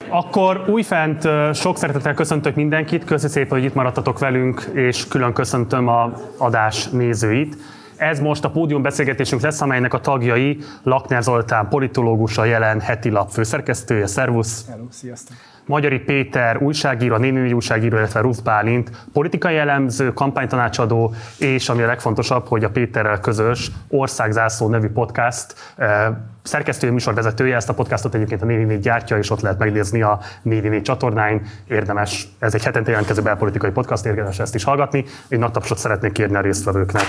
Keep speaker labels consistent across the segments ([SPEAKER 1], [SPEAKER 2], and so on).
[SPEAKER 1] Akkor újfent sok szeretettel köszöntök mindenkit, köszönöm szépen, hogy itt maradtatok velünk, és külön köszöntöm az adás nézőit. Ez most a pódium beszélgetésünk lesz, amelynek a tagjai Lakner Zoltán politológus, a Jelen heti lap főszerkesztője. Szervusz!
[SPEAKER 2] Hello, sziasztok!
[SPEAKER 1] Magyari Péter újságíró, a Néni újságíró, illetve Ruth Bálint politikai elemző, kampánytanácsadó, és ami a legfontosabb, hogy a Péterrel közös Országzászló nevű podcast szerkesztője, műsorvezetője. Ezt a podcastot egyébként a Néni 4 gyártja, és ott lehet megnézni a Néni 4 csatornáin. Érdemes, ez egy hetente jelentkező belpolitikai podcast, érdemes ezt is hallgatni. Egy nagy tapsot szeretnék kérni a résztvevőknek.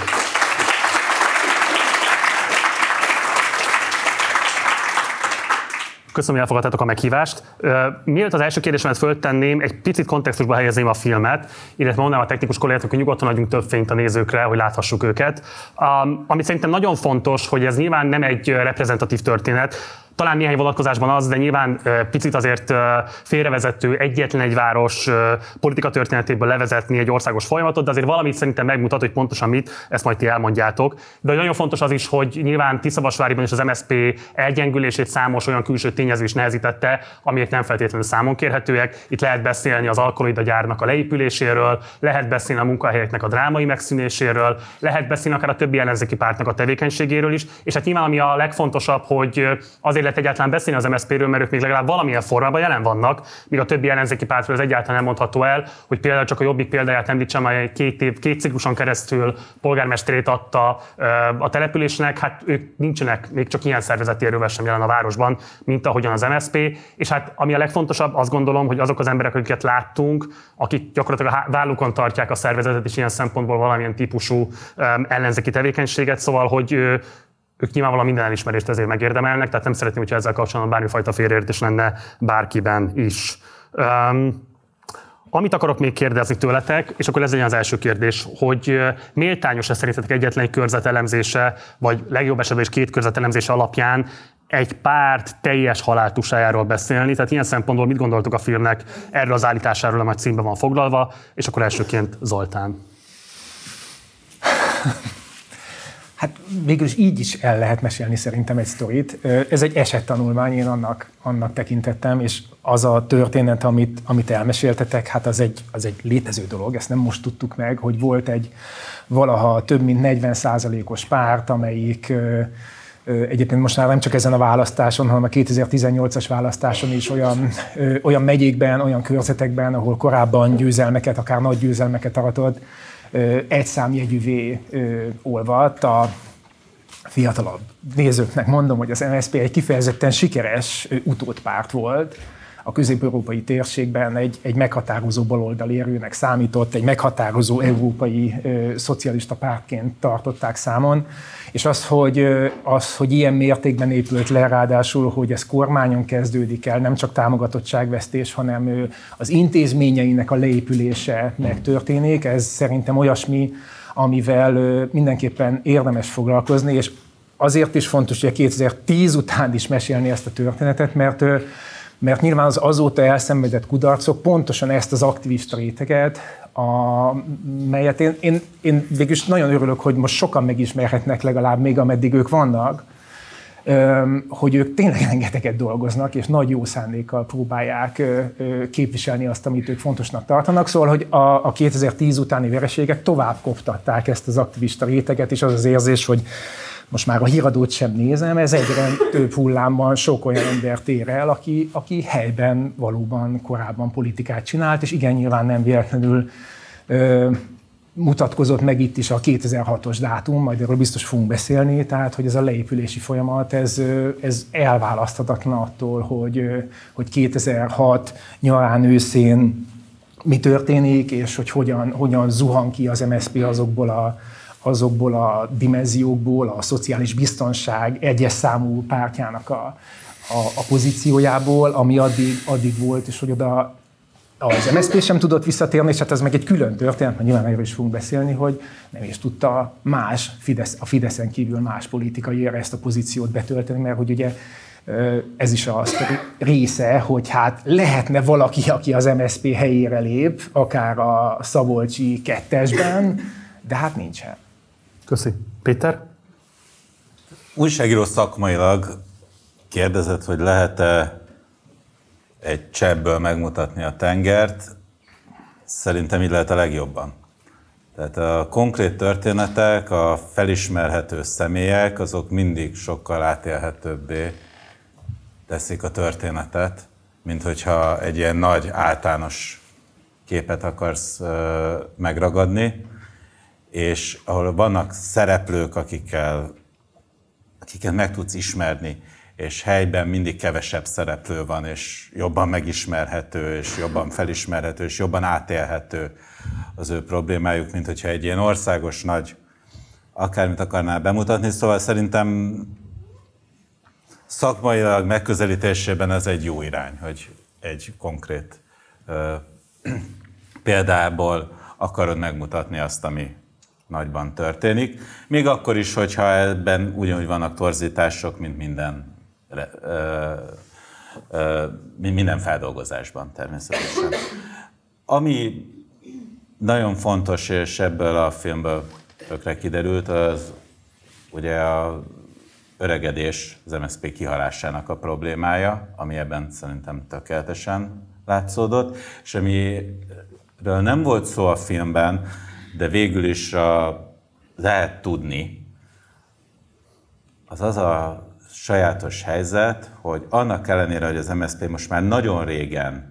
[SPEAKER 1] Köszönöm, hogy elfogadtátok a meghívást. Mielőtt az első kérdésemet föltenném, egy picit kontextusba helyezném a filmet, illetve mondanám a technikus kollégáknak, hogy nyugodtan adjunk több fényt a nézőkre, hogy láthassuk őket. Amit szerintem nagyon fontos, hogy ez nyilván nem egy reprezentatív történet, talán néhány vonatkozásban az, de nyilván picit azért félrevezető egyetlen egy város politika történetéből levezetni egy országos folyamatot, de azért valamit szerintem megmutat, hogy pontosan mit, ezt majd ti elmondjátok. De nagyon fontos az is, hogy nyilván Tiszavasváriban is az MSZP elgyengülését számos olyan külső tényező is nehezítette, amelyek nem feltétlenül számon kérhetőek. Itt lehet beszélni az Alkolida gyárnak a leépüléséről, lehet beszélni a munkahelyeknek a drámai megszűnéséről, lehet beszélni akár a többi ellenzéki pártnak a tevékenységéről is, és hát nyilván ami a legfontosabb, hogy azért lehet egyáltalán beszélni az MSZP-ről, mert ők még legalább valamilyen formában jelen vannak, míg a többi ellenzéki pártról ez egyáltalán nem mondható el, hogy például csak a Jobbik példáját említsem, amely két cikluson keresztül polgármesterét adta a településnek, hát ők nincsenek még csak ilyen szervezeti erővel sem jelen a városban, mint ahogyan az MSZP, és hát ami a legfontosabb, azt gondolom, hogy azok az emberek, akiket láttunk, akik gyakorlatilag a vállukon tartják a szervezetet és ilyen szempontból valamilyen típusú ellenzéki tevékenységet, szóval, hogy ők nyilvánvalóan minden elismerést ezért megérdemelnek, tehát nem szeretném, hogyha ezzel kapcsolatban bármifajta félreértés lenne bárkiben is. Amit akarok még kérdezni tőletek, és akkor ez legyen az első kérdés, hogy méltányos-e szerintetek egyetlen egy körzetelemzése, vagy legjobb esetben is 2 körzetelemzése alapján egy párt teljes haláltusájáról beszélni? Tehát ilyen szempontból mit gondoltok a filmnek erről az állításáról, amely címben van foglalva, és akkor elsőként Zoltán.
[SPEAKER 2] Hát végülis így is el lehet mesélni szerintem egy sztorit. Ez egy esettanulmány, én annak tekintettem, és az a történet, amit elmeséltetek, hát az egy létező dolog, ezt nem most tudtuk meg, hogy volt egy valaha több mint 40%-os párt, amelyik egyébként most már nem csak ezen a választáson, hanem a 2018-as választáson is olyan megyékben, olyan körzetekben, ahol korábban győzelmeket, akár nagy győzelmeket aratott, egy számjegyűvé olvadt. A fiatalabb nézőknek mondom, hogy az MSZP egy kifejezetten sikeres utódpárt volt. A közép-európai térségben egy meghatározó baloldali erőnek számított, egy meghatározó európai szocialista pártként tartották számon, és az, hogy ilyen mértékben épült le, ráadásul, hogy ez kormányon kezdődik el, nem csak támogatottságvesztés, hanem az intézményeinek a leépülése megtörténik, ez szerintem olyasmi, amivel mindenképpen érdemes foglalkozni, és azért is fontos, hogy a 2010 után is mesélni ezt a történetet, mert nyilván az azóta elszenvedett kudarcok pontosan ezt az aktivista réteget, melyet én végülis nagyon örülök, hogy most sokan megismerhetnek legalább még ameddig ők vannak, hogy ők tényleg rengeteget dolgoznak, és nagy jó szándékkal próbálják képviselni azt, amit ők fontosnak tartanak. Szóval, hogy a 2010 utáni vereségek tovább koptatták ezt az aktivista réteget, és az az érzés, hogy most már a híradót sem nézem, ez egyre több hullámban sok olyan embert ér el, aki helyben valóban korábban politikát csinált, és igen, nyilván nem véletlenül mutatkozott meg itt is a 2006-os dátum, majd erről biztos fogunk beszélni, tehát hogy ez a leépülési folyamat, ez elválaszthatatlan attól, hogy 2006 nyarán, őszén mi történik, és hogy hogyan zuhan ki az MSZP azokból a dimenziókból, a szociális biztonság egyes számú pártjának a pozíciójából, ami addig volt, és hogy oda az MSZP sem tudott visszatérni, és hát ez meg egy külön történet, mert nyilván erről is fogunk beszélni, hogy nem is tudta a Fideszen kívül más politikai érre ezt a pozíciót betölteni, mert hogy ugye ez is a része, hogy hát lehetne valaki, aki az MSZP helyére lép, akár a Szabolcsi 2-esben, de hát nincsen.
[SPEAKER 1] Köszi. Péter?
[SPEAKER 3] Újságíró szakmailag kérdezett, hogy lehet-e egy cseppből megmutatni a tengert, szerintem így lehet a legjobban. Tehát a konkrét történetek, a felismerhető személyek, azok mindig sokkal átélhetőbbé teszik a történetet, mint hogyha egy ilyen nagy általános képet akarsz megragadni, és ahol vannak szereplők, akiket meg tudsz ismerni, és helyben mindig kevesebb szereplő van, és jobban megismerhető, és jobban felismerhető, és jobban átélhető az ő problémájuk, mint hogyha egy ilyen országos nagy akármit akarnál bemutatni. Szóval szerintem szakmailag megközelítésében ez egy jó irány, hogy egy konkrét példából akarod megmutatni azt, ami nagyban történik. Még akkor is, hogyha ebben ugyanúgy vannak torzítások, mint minden feldolgozásban természetesen. Ami nagyon fontos, és ebből a filmből tökre kiderült, az ugye a öregedés, az MSZP kihalásának a problémája, ami ebben szerintem tökéletesen látszódott, és amiről nem volt szó a filmben, de végül is lehet tudni, az a sajátos helyzet, hogy annak ellenére, hogy az MSZP most már nagyon régen,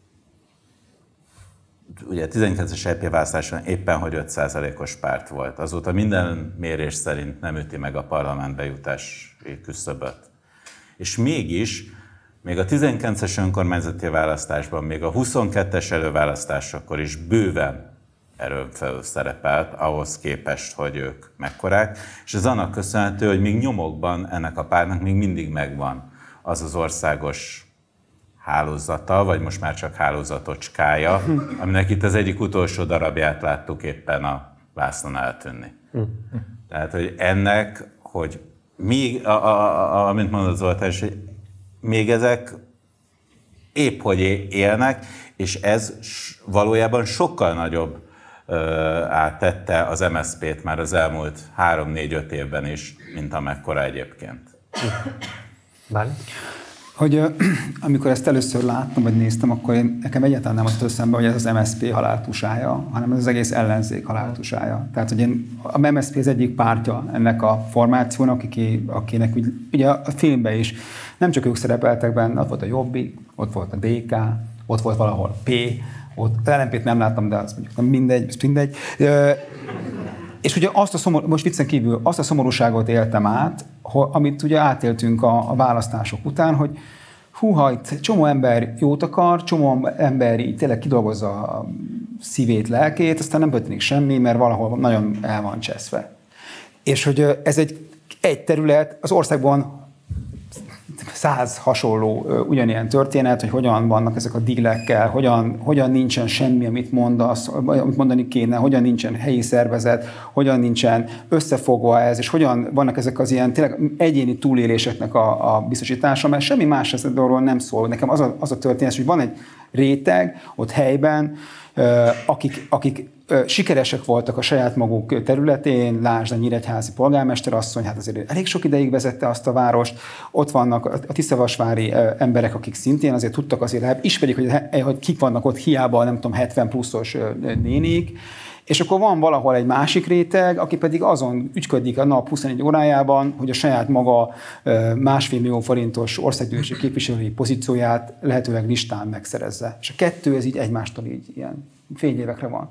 [SPEAKER 3] ugye 19-es EP választáson éppen, hogy 5%-os párt volt. Azóta minden mérés szerint nem üti meg a parlamentbe jutási küszöböt. És mégis, még a 19-es önkormányzati választásban, még a 22-es előválasztásakor is bőven erőn felül szerepelt, ahhoz képest, hogy ők mekkorák, és ez annak köszönhető, hogy még nyomokban ennek a pártnak még mindig megvan az az országos hálózata, vagy most már csak hálózatocskája, aminek itt az egyik utolsó darabját láttuk éppen a vásznon eltűnni. Tehát, hogy ennek, hogy még, amint mondod Zoltán, hogy még ezek épp hogy élnek, és ez valójában sokkal nagyobb áttette az MSZP-t már az elmúlt 3-4-5 évben is, mint amekkora egyébként.
[SPEAKER 1] Bálint?
[SPEAKER 4] Hogy amikor ezt először láttam, vagy néztem, akkor nekem egyáltalán nem az eszembe, hogy ez az MSZP haláltusája, hanem ez az egész ellenzék haláltusája. Tehát, hogy a MSZP az egyik pártja ennek a formációnak, akinek ugye a filmben is nem csak ők szerepeltek benne, ott volt a Jobbik, ott volt a DK, ott volt valahol P, ott LMP-t nem láttam, de azt mondjuk mindegy. És ugye most viccen kívül azt a szomorúságot éltem át, amit ugye átéltünk a választások után, hogy húha, itt csomó ember jót akar, csomó ember így tényleg kidolgozza a szívét, lelkét, aztán nem történik semmi, mert valahol nagyon el van cseszve. És hogy ez egy terület, az országban 100 hasonló ugyanilyen történet, hogy hogyan vannak ezek a dílekkel, hogyan nincsen semmi, amit mondani kéne, hogyan nincsen helyi szervezet, hogyan nincsen összefogva ez, és hogyan vannak ezek az ilyen tényleg egyéni túléléseknek a biztosítása, mert semmi más ez a dologról nem szól. Nekem az a történet, hogy van egy réteg ott helyben, akik sikeresek voltak a saját maguk területén, lásd a nyíregyházi polgármesterasszony, hát azért elég sok ideig vezette azt a várost, ott vannak a tiszavasvári emberek, akik szintén azért tudtak azért, ismerik, hogy kik vannak ott, hiába nem tudom, 70 pluszos nénik, és akkor van valahol egy másik réteg, aki pedig azon ügyködik a nap 24 órájában, hogy a saját maga 1,5 millió forintos országgyűlési képviselői pozícióját lehetőleg listán megszerezze. És a kettő, ez így egymástól így ilyen fényévekre van.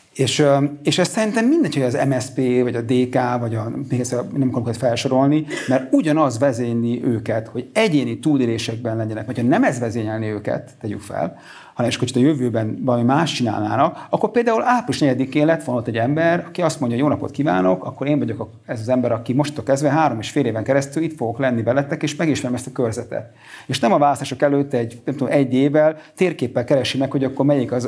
[SPEAKER 4] És ez szerintem mindegy, hogy az MSZP, vagy a DK, vagy még egyszer nem akarok felsorolni, mert ugyanaz vezényli őket, hogy egyéni túlélésekben legyenek, vagy ha nem ez vezényelni őket, tegyük fel, hanem és hogy a jövőben valami más csinálnának, akkor például április 4-én lett volna ott egy ember, aki azt mondja, jó napot kívánok, akkor én vagyok ez az ember, aki mostantól kezdve 3,5 éven keresztül itt fogok lenni veletek, és megismerem ezt a körzetet. És nem a választások előtt egy évvel térképpel keresi meg, hogy akkor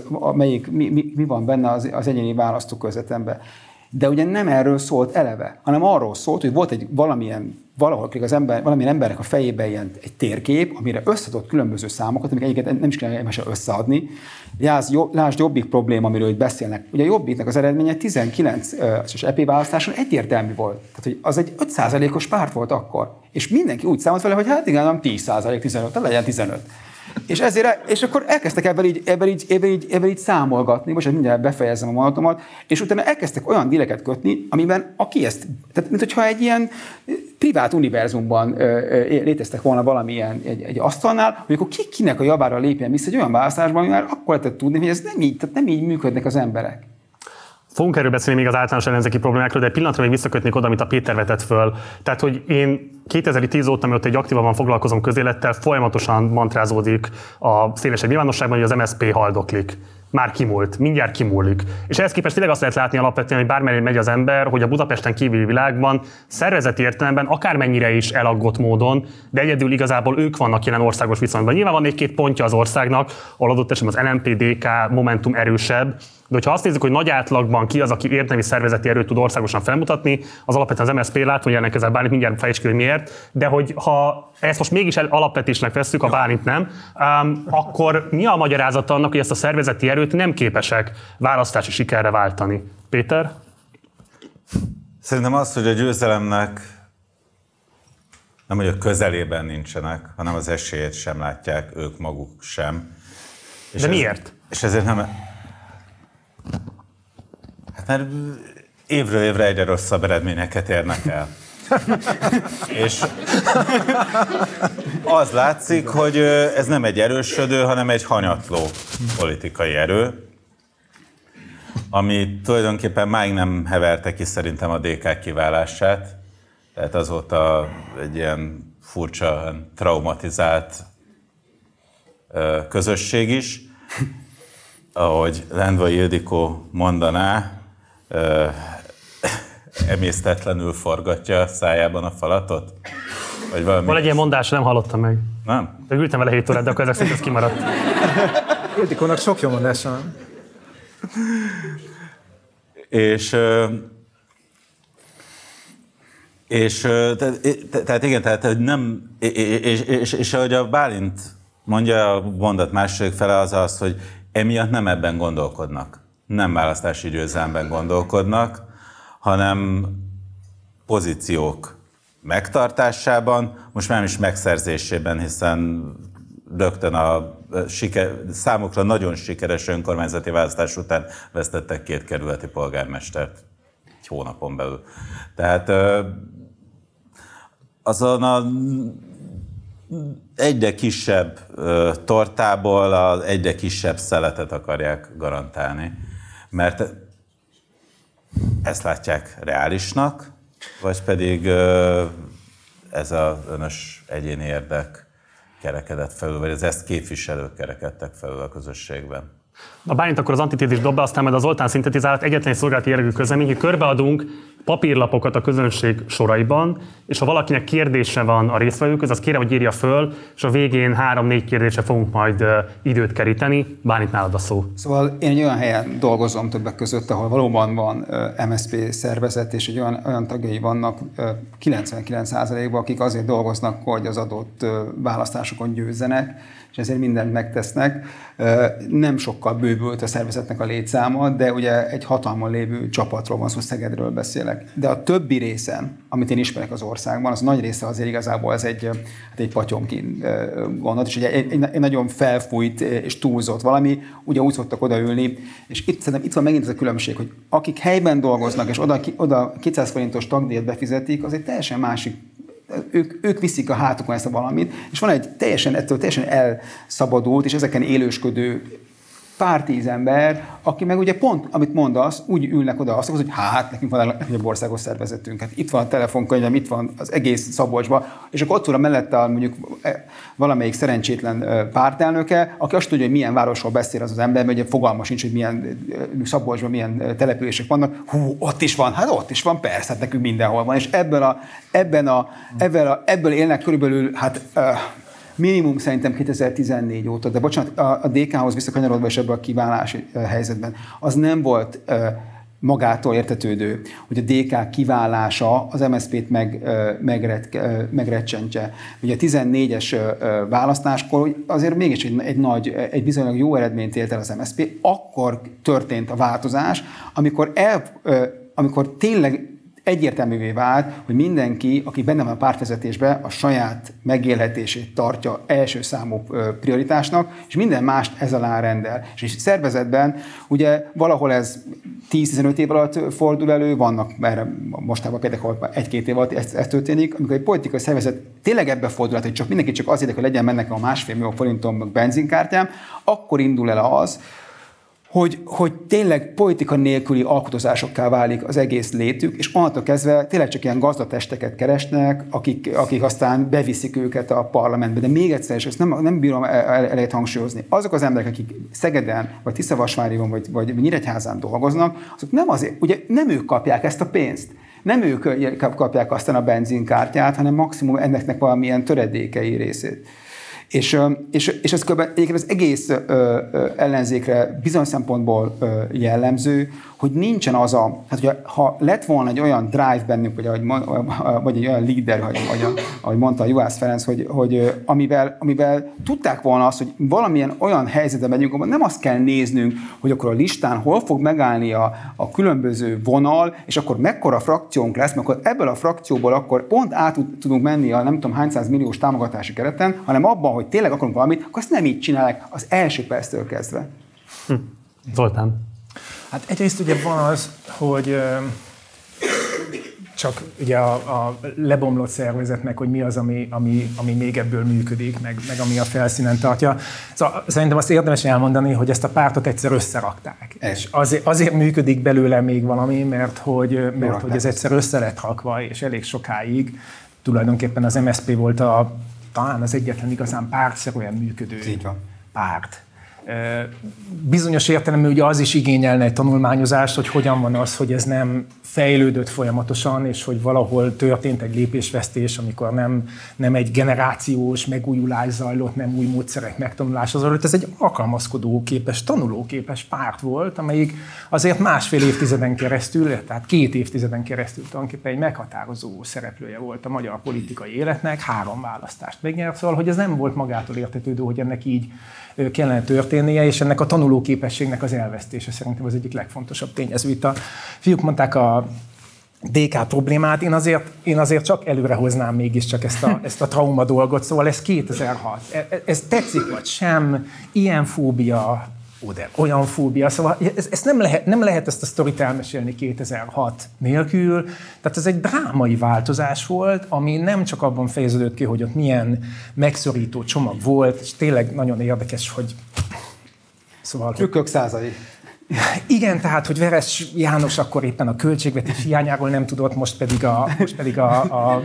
[SPEAKER 4] mi van benne az egyéni választókörzetemben. De ugye nem erről szólt eleve, hanem arról szólt, hogy volt egy valamilyen embernek a fejében ilyen egy térkép, amire összeadott különböző számokat, amik egyiket nem is kell egymással összeadni. Lásd Jobbik probléma, amiről itt beszélnek. Ugye a Jobbiknak az eredménye 19-es EP választáson egyértelmű volt. Tehát, hogy az egy 5%-os párt volt akkor. És mindenki úgy számolt vele, hogy hát igen, nem 10%, 15, legyen 15. És akkor elkezdtek ebben így számolgatni, most mindjárt befejezem a mondatomat, és utána elkezdtek olyan díleket kötni, amiben tehát mint hogyha egy ilyen privát univerzumban léteztek volna valamilyen egy asztalnál, hogy akkor kinek a javára lépjen vissza egy olyan választásban, ami már akkor lehetett tudni, hogy ez nem így működnek az emberek.
[SPEAKER 1] Fogunk erről beszélni még az általános ellenzéki problémákról, de egy pillanatra még visszakötnék oda, amit a Péter vetett föl. Tehát, hogy én 2010 óta, mióta egy aktívabban foglalkozom közélettel, folyamatosan mantrázódik a szélesebb nyilvánosságban, hogy az MSZP haldoklik. Már kimúlt, mindjárt kimúlik. És ehhez képest tényleg azt lehet látni alapvetően, hogy bármerre megy az ember, hogy a Budapesten kívüli világban szervezeti értelemben akármennyire is elaggott módon, de egyedül igazából ők vannak jelen országos viszonyban. Nyilván van egy-két pontja az országnak, ahol adott esetben az LMP, DK, Momentum erősebb, de hogyha azt nézzük, hogy nagy átlagban ki az, aki érdemi szervezeti erőt tud országosan felmutatni, az alapvetően az MSZP, látom, hogy ennek ezzel Bálint mindjárt fejtsd ki, hogy miért, de hogy ha ezt most mégis alapvetésnek vesszük, a Bálint nem, akkor mi a magyarázata annak, hogy ezt a szervezeti erőt nem képesek választási sikerre váltani? Péter?
[SPEAKER 3] Szerintem az, hogy a győzelemnek nem, hogy a közelében nincsenek, hanem az esélyét sem látják, ők maguk sem.
[SPEAKER 1] De miért?
[SPEAKER 3] És ezért nem... Hát mert évről évre egyre rosszabb eredményeket érnek el. És az látszik, hogy ez nem egy erősödő, hanem egy hanyatló politikai erő, ami tulajdonképpen máig nem heverte ki szerintem a DK kiválását. Tehát azóta egy ilyen furcsa, traumatizált közösség is. Ahogy Lendvai Ildikó mondaná, emésztetlenül forgatja szájában a falatot? Vagy valami...
[SPEAKER 1] Van egy ilyen mondás, nem hallottam meg.
[SPEAKER 3] Nem?
[SPEAKER 1] De ültem vele 7 órát, de akkor ezek szerint ez kimaradt.
[SPEAKER 2] Ildikónak sok jó mondása van.
[SPEAKER 3] Tehát igen, tehát nem, és ahogy a Bálint mondja, a mondat második fele az, hogy emiatt nem ebben gondolkodnak. Nem választási győzelemben gondolkodnak, hanem pozíciók megtartásában, most már nem is megszerzésében, hiszen rögtön a számukra nagyon sikeres önkormányzati választás után vesztettek 2 kerületi polgármestert egy hónapon belül. Tehát azon a egyre kisebb tortából az egyre kisebb szeletet akarják garantálni, mert ezt látják reálisnak, vagy pedig ez az önös egyéni érdek kerekedett felül, vagy az ezt képviselők kerekedtek felül a közösségben.
[SPEAKER 1] A Bálint akkor az antitézis dob be, aztán majd az Zoltán szintetizált egyetlen szolgálati jellegű közlemény, hogy körbeadunk papírlapokat a közönség soraiban, és ha valakinek kérdése van a résztvevőkhöz, az kérem, hogy írja föl, és a végén 3-4 kérdésre fogunk majd időt keríteni. Bálint, nálad a szó.
[SPEAKER 4] Szóval én egy olyan helyen dolgozom többek között, ahol valóban van MSZP szervezet, és egy olyan tagjai vannak 99%-ban, akik azért dolgoznak, hogy az adott választásokon győzzenek, és ezért mindent megtesznek. Nem sokkal bővült a szervezetnek a létszáma, de ugye egy hatalmon lévő csapatról van szó, Szegedről beszélek. De a többi részen, amit én ismerek az országban, az nagy része azért igazából ez egy Potyomkin gondolat, és egy nagyon felfújt és túlzott valami, ugye úgy szoktak odaülni, és szerintem itt van megint ez a különbség, hogy akik helyben dolgoznak, és oda 200 forintos tagdíjat befizetik, az egy teljesen másik. Ők viszik a hátukon ezt a valamit, és van egy ettől teljesen elszabadult, és ezeken élősködő pár 10 ember, aki meg ugye pont, amit mondasz, úgy ülnek oda azt, hogy hát, nekünk van a legnagyobb országos szervezetünk, hát itt van a telefonkönyvem, itt van az egész Szabolcsban, és akkor ott van mellette mondjuk valamelyik szerencsétlen pártelnöke, aki azt tudja, hogy milyen városról beszél az ember, mert ugye fogalma sincs, hogy milyen Szabolcsban milyen települések vannak. Hú, ott is van, hát ott is van, persze, hát nekünk mindenhol van, és ebből élnek körülbelül, hát minimum szerintem 2014 óta, de bocsánat, a DK-hoz visszakanyarodva és ebben a kiválási helyzetben, az nem volt magától értetődő, hogy a DK kiválása az MSZP-t megrecsentse. Ugye a 14-es választáskor azért mégis egy bizonylag jó eredményt ért el az MSZP, akkor történt a változás, amikor tényleg egyértelművé vált, hogy mindenki, aki benne van a pártvezetésben, a saját megélhetését tartja első számú prioritásnak, és minden mást ez alá rendel. És szervezetben ugye valahol ez 10-15 év alatt fordul elő, vannak erre mostában például 1-2 év alatt ez történik, amikor egy politikai szervezet tényleg ebbe fordul, hogy csak mindenki csak azért, hogy legyen mennek a 1,5 millió forintom benzinkártyám, akkor indul el az, hogy tényleg politika nélküli alkotozásokká válik az egész létük, és onnantól kezdve tényleg csak ilyen gazdatesteket keresnek, akik aztán beviszik őket a parlamentbe. De még egyszer, és ezt nem bírom elejét hangsúlyozni, azok az emberek, akik Szegeden, vagy Tiszavasvárion, vagy Nyíregyházán dolgoznak, azok nem azért, ugye nem ők kapják ezt a pénzt. Nem ők kapják aztán a benzinkártyát, hanem maximum ennek valamilyen töredékei részét. És ez egyébként az egész ellenzékre bizonyos szempontból jellemző, hogy nincsen az a, hát ha lett volna egy olyan drive bennük, vagy egy olyan leader, ahogy mondta Juhász Ferenc, hogy amivel tudták volna azt, hogy valamilyen olyan helyzetbe megyünk, ahol nem azt kell néznünk, hogy akkor a listán hol fog megállni a különböző vonal, és akkor mekkora frakciónk lesz, mert akkor ebből a frakcióból akkor pont át tudunk menni a nem tudom hány milliós támogatási kereten, hanem abban, hogy tényleg akarunk valamit, akkor azt nem így csinálják az első perctől kezdve.
[SPEAKER 1] Zoltán.
[SPEAKER 2] Hát egyrészt ugye van az, hogy csak ugye a lebomlott szervezetnek, hogy mi az, ami még ebből működik, meg ami a felszínen tartja. Szóval szerintem azt érdemes elmondani, hogy ezt a pártot egyszer összerakták. És azért működik belőle még valami, mert hogy ez egyszer össze lett rakva, és elég sokáig tulajdonképpen az MSZP volt talán az egyetlen igazán pártszerűen működő párt. Bizonyos értelemben ugye az is igényelne egy tanulmányozást, hogy hogyan van az, hogy ez nem fejlődött folyamatosan, és hogy valahol történt egy lépésvesztés, amikor nem egy generációs megújulás zajlott, nem új módszerek megtanulása zajlott. Ez egy alkalmazkodóképes, tanulóképes párt volt, amelyik azért 1,5 évtizeden keresztül, tehát 2 évtizeden keresztül tulajdonképpen egy meghatározó szereplője volt a magyar politikai életnek, 3 választást megnyert, szóval, hogy ez nem volt magától értetődő, hogy ennek így kellene történnie, és ennek a tanulóképességnek az elvesztése szerintem az egyik legfontosabb tényező. Itt a fiúk mondták a DK problémát, én azért csak előrehoznám mégiscsak ezt a trauma dolgot, szóval ez 2006. Ez tetszik vagy sem, ilyen fóbia, olyan fóbia, szóval nem lehet ezt a sztorit elmesélni 2006 nélkül, tehát ez egy drámai változás volt, ami nem csak abban fejeződött ki, hogy ott milyen megszorító csomag volt, és tényleg nagyon érdekes, hogy... Szóval...
[SPEAKER 4] Trükkök százai.
[SPEAKER 2] Igen, tehát, hogy Veres János akkor éppen a költségvetés hiányáról nem tudott, most pedig a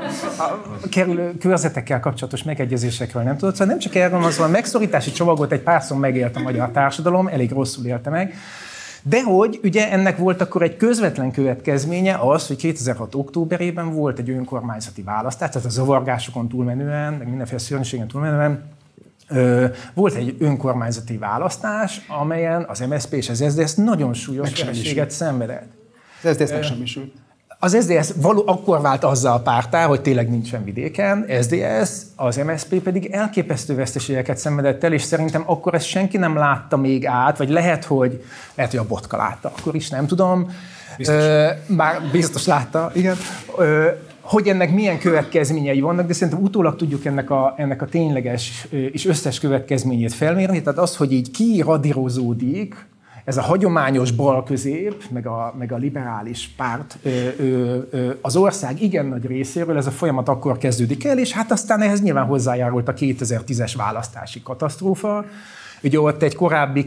[SPEAKER 2] körzetekkel kapcsolatos megegyezésekről nem tudott. Szóval nem csak erről van szó, a megszorítási csomagot egy párszor megélt a magyar társadalom, elég rosszul élte meg, de hogy ugye ennek volt akkor egy közvetlen következménye az, hogy 2006. októberében volt egy önkormányzati választás, tehát a zavargásokon túlmenően, meg mindenféle szörnyűségen túlmenően, volt egy önkormányzati választás, amelyen az MSZP és az SZDSZ nagyon súlyos vereséget szenvedett.
[SPEAKER 4] Az SZDSZ megsemmisült.
[SPEAKER 2] Az SZDSZ akkor vált azzal a párttá, hogy tényleg nincsen vidéken, SZDSZ, az MSZP pedig elképesztő veszteségeket szenvedett el, és szerintem akkor ezt senki nem látta még át, vagy lehet, hogy a Botka látta, akkor is nem tudom. Már biztos látta, igen. Hogy ennek milyen következményei vannak, de szerintem utólag tudjuk ennek a tényleges és összes következményét felmérni. Tehát az, hogy így kiradírozódik ez a hagyományos bal-közép, meg a liberális párt az ország igen nagy részéről, ez a folyamat akkor kezdődik el, és hát aztán ehhez nyilván hozzájárult a 2010-es választási katasztrófa. Ugye ott egy korábbi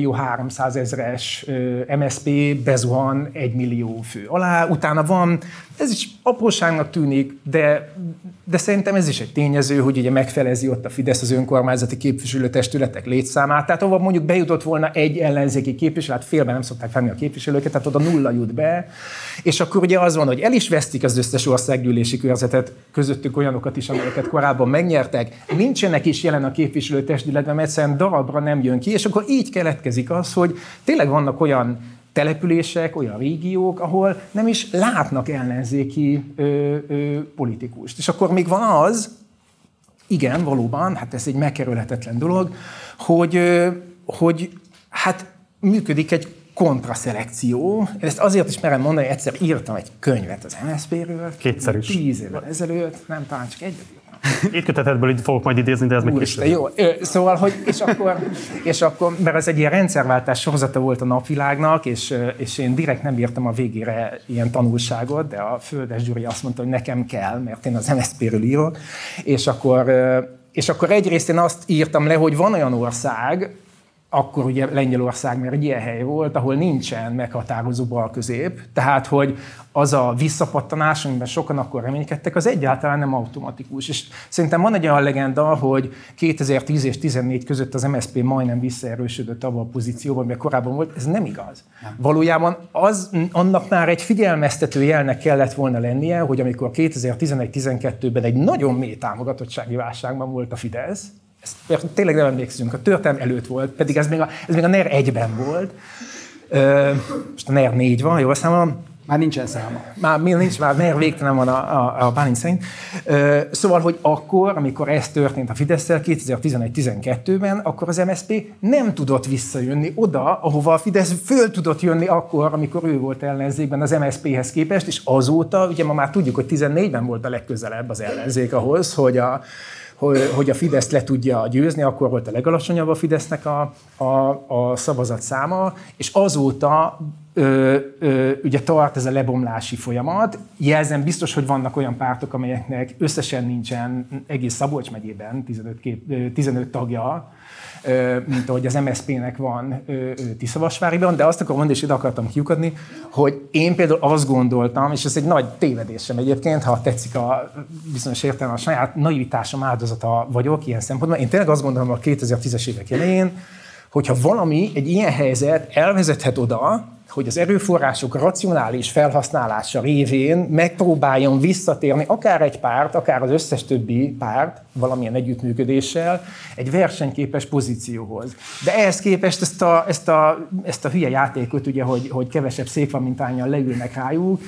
[SPEAKER 2] 2.300.000-es MSZP bezuhan 1 millió fő alá, utána van, ez is apróságnak tűnik, de szerintem ez is egy tényező, hogy ugye megfelezi ott a Fidesz az önkormányzati képviselőtestületek létszámát, tehát ahol mondjuk bejutott volna egy ellenzéki képviselő, hát félben nem szokták venni a képviselőket, tehát oda 0 jut be, és akkor ugye az van, hogy el is vesztik az összes országgyűlési körzetet, közöttük olyanokat is, amelyeket korábban megnyertek, nincsenek is jelen a képviselőtestületben, mert egyszerűen darabra nem jön ki, és akkor így keletkezik az, hogy tényleg vannak olyan települések, olyan régiók, ahol nem is látnak ellenzéki politikust. És akkor még van az, igen, valóban, hát ez egy megkerülhetetlen dolog, hogy hát működik egy kontraszelekció. Ezt azért is merem mondani, egyszer írtam egy könyvet az MSZP-ről.
[SPEAKER 1] Kétszer is.
[SPEAKER 2] 10 évvel ezelőtt, nem, talán csak egyet írtam.
[SPEAKER 1] Étkötetetből így fogok majd idézni, de ez még később.
[SPEAKER 2] Jó, szóval, hogy és akkor, mert ez egy ilyen rendszerváltás sorozata volt a Napvilágnak, és én direkt nem írtam a végére ilyen tanulságot, de a Földes Gyuri azt mondta, hogy nekem kell, mert én az MSZP-ről írok, és akkor egyrészt én azt írtam le, hogy van olyan ország, akkor ugye Lengyelország, mert egy ilyen hely volt, ahol nincsen meghatározó bal-közép, tehát hogy az a visszapattanás, amiben sokan akkor reménykedtek, az egyáltalán nem automatikus. És szerintem van egy olyan legenda, hogy 2010 és 2014 között az MSZP majdnem visszaerősödött abban a pozícióban, amiben korábban volt. Ez nem igaz. Nem. Valójában annak már egy figyelmeztető jelnek kellett volna lennie, hogy amikor 2011-12-ben egy nagyon mély támogatottsági válságban volt a Fidesz, ezt tényleg nem emlékszünk, a történelem előtt volt, pedig ez még a NER 1-ben volt. Most a NER 4 van, jól számolom?
[SPEAKER 4] Már nincsen száma.
[SPEAKER 2] Már NER végtelen van a Bálint szerint. Szóval, hogy akkor, amikor ez történt a Fidesz-szel 2011-12-ben, akkor az MSZP nem tudott visszajönni oda, ahova a Fidesz föl tudott jönni akkor, amikor ő volt ellenzékben az MSZP-hez képest, és azóta, ugye ma már tudjuk, hogy 14-ben volt a legközelebb az ellenzék ahhoz, hogy a Fideszt le tudja győzni, akkor volt a legalacsonyabb a Fidesznek a szavazatszáma, és azóta ugye tart ez a lebomlási folyamat. Jelzem, biztos, hogy vannak olyan pártok, amelyeknek összesen nincsen egész Szabolcs megyében 15 tagja, mint ahogy az MSZP-nek van Tiszavasváriban, de azt akarom mondani, és ide akartam kiukadni, hogy én például azt gondoltam, és ez egy nagy tévedésem egyébként, ha tetszik a bizonyos értelemben a saját naivitásom áldozata vagyok ilyen szempontból. Én tényleg azt gondolom a 2010-es évek elején, hogyha valami, egy ilyen helyzet elvezethet oda, hogy az erőforrások racionális felhasználása révén megpróbáljon visszatérni akár egy párt, akár az összes többi párt valamilyen együttműködéssel egy versenyképes pozícióhoz. De ehhez képest ezt a hülye játékot, ugye, hogy kevesebb szék van, mint ányan leülnek rájuk,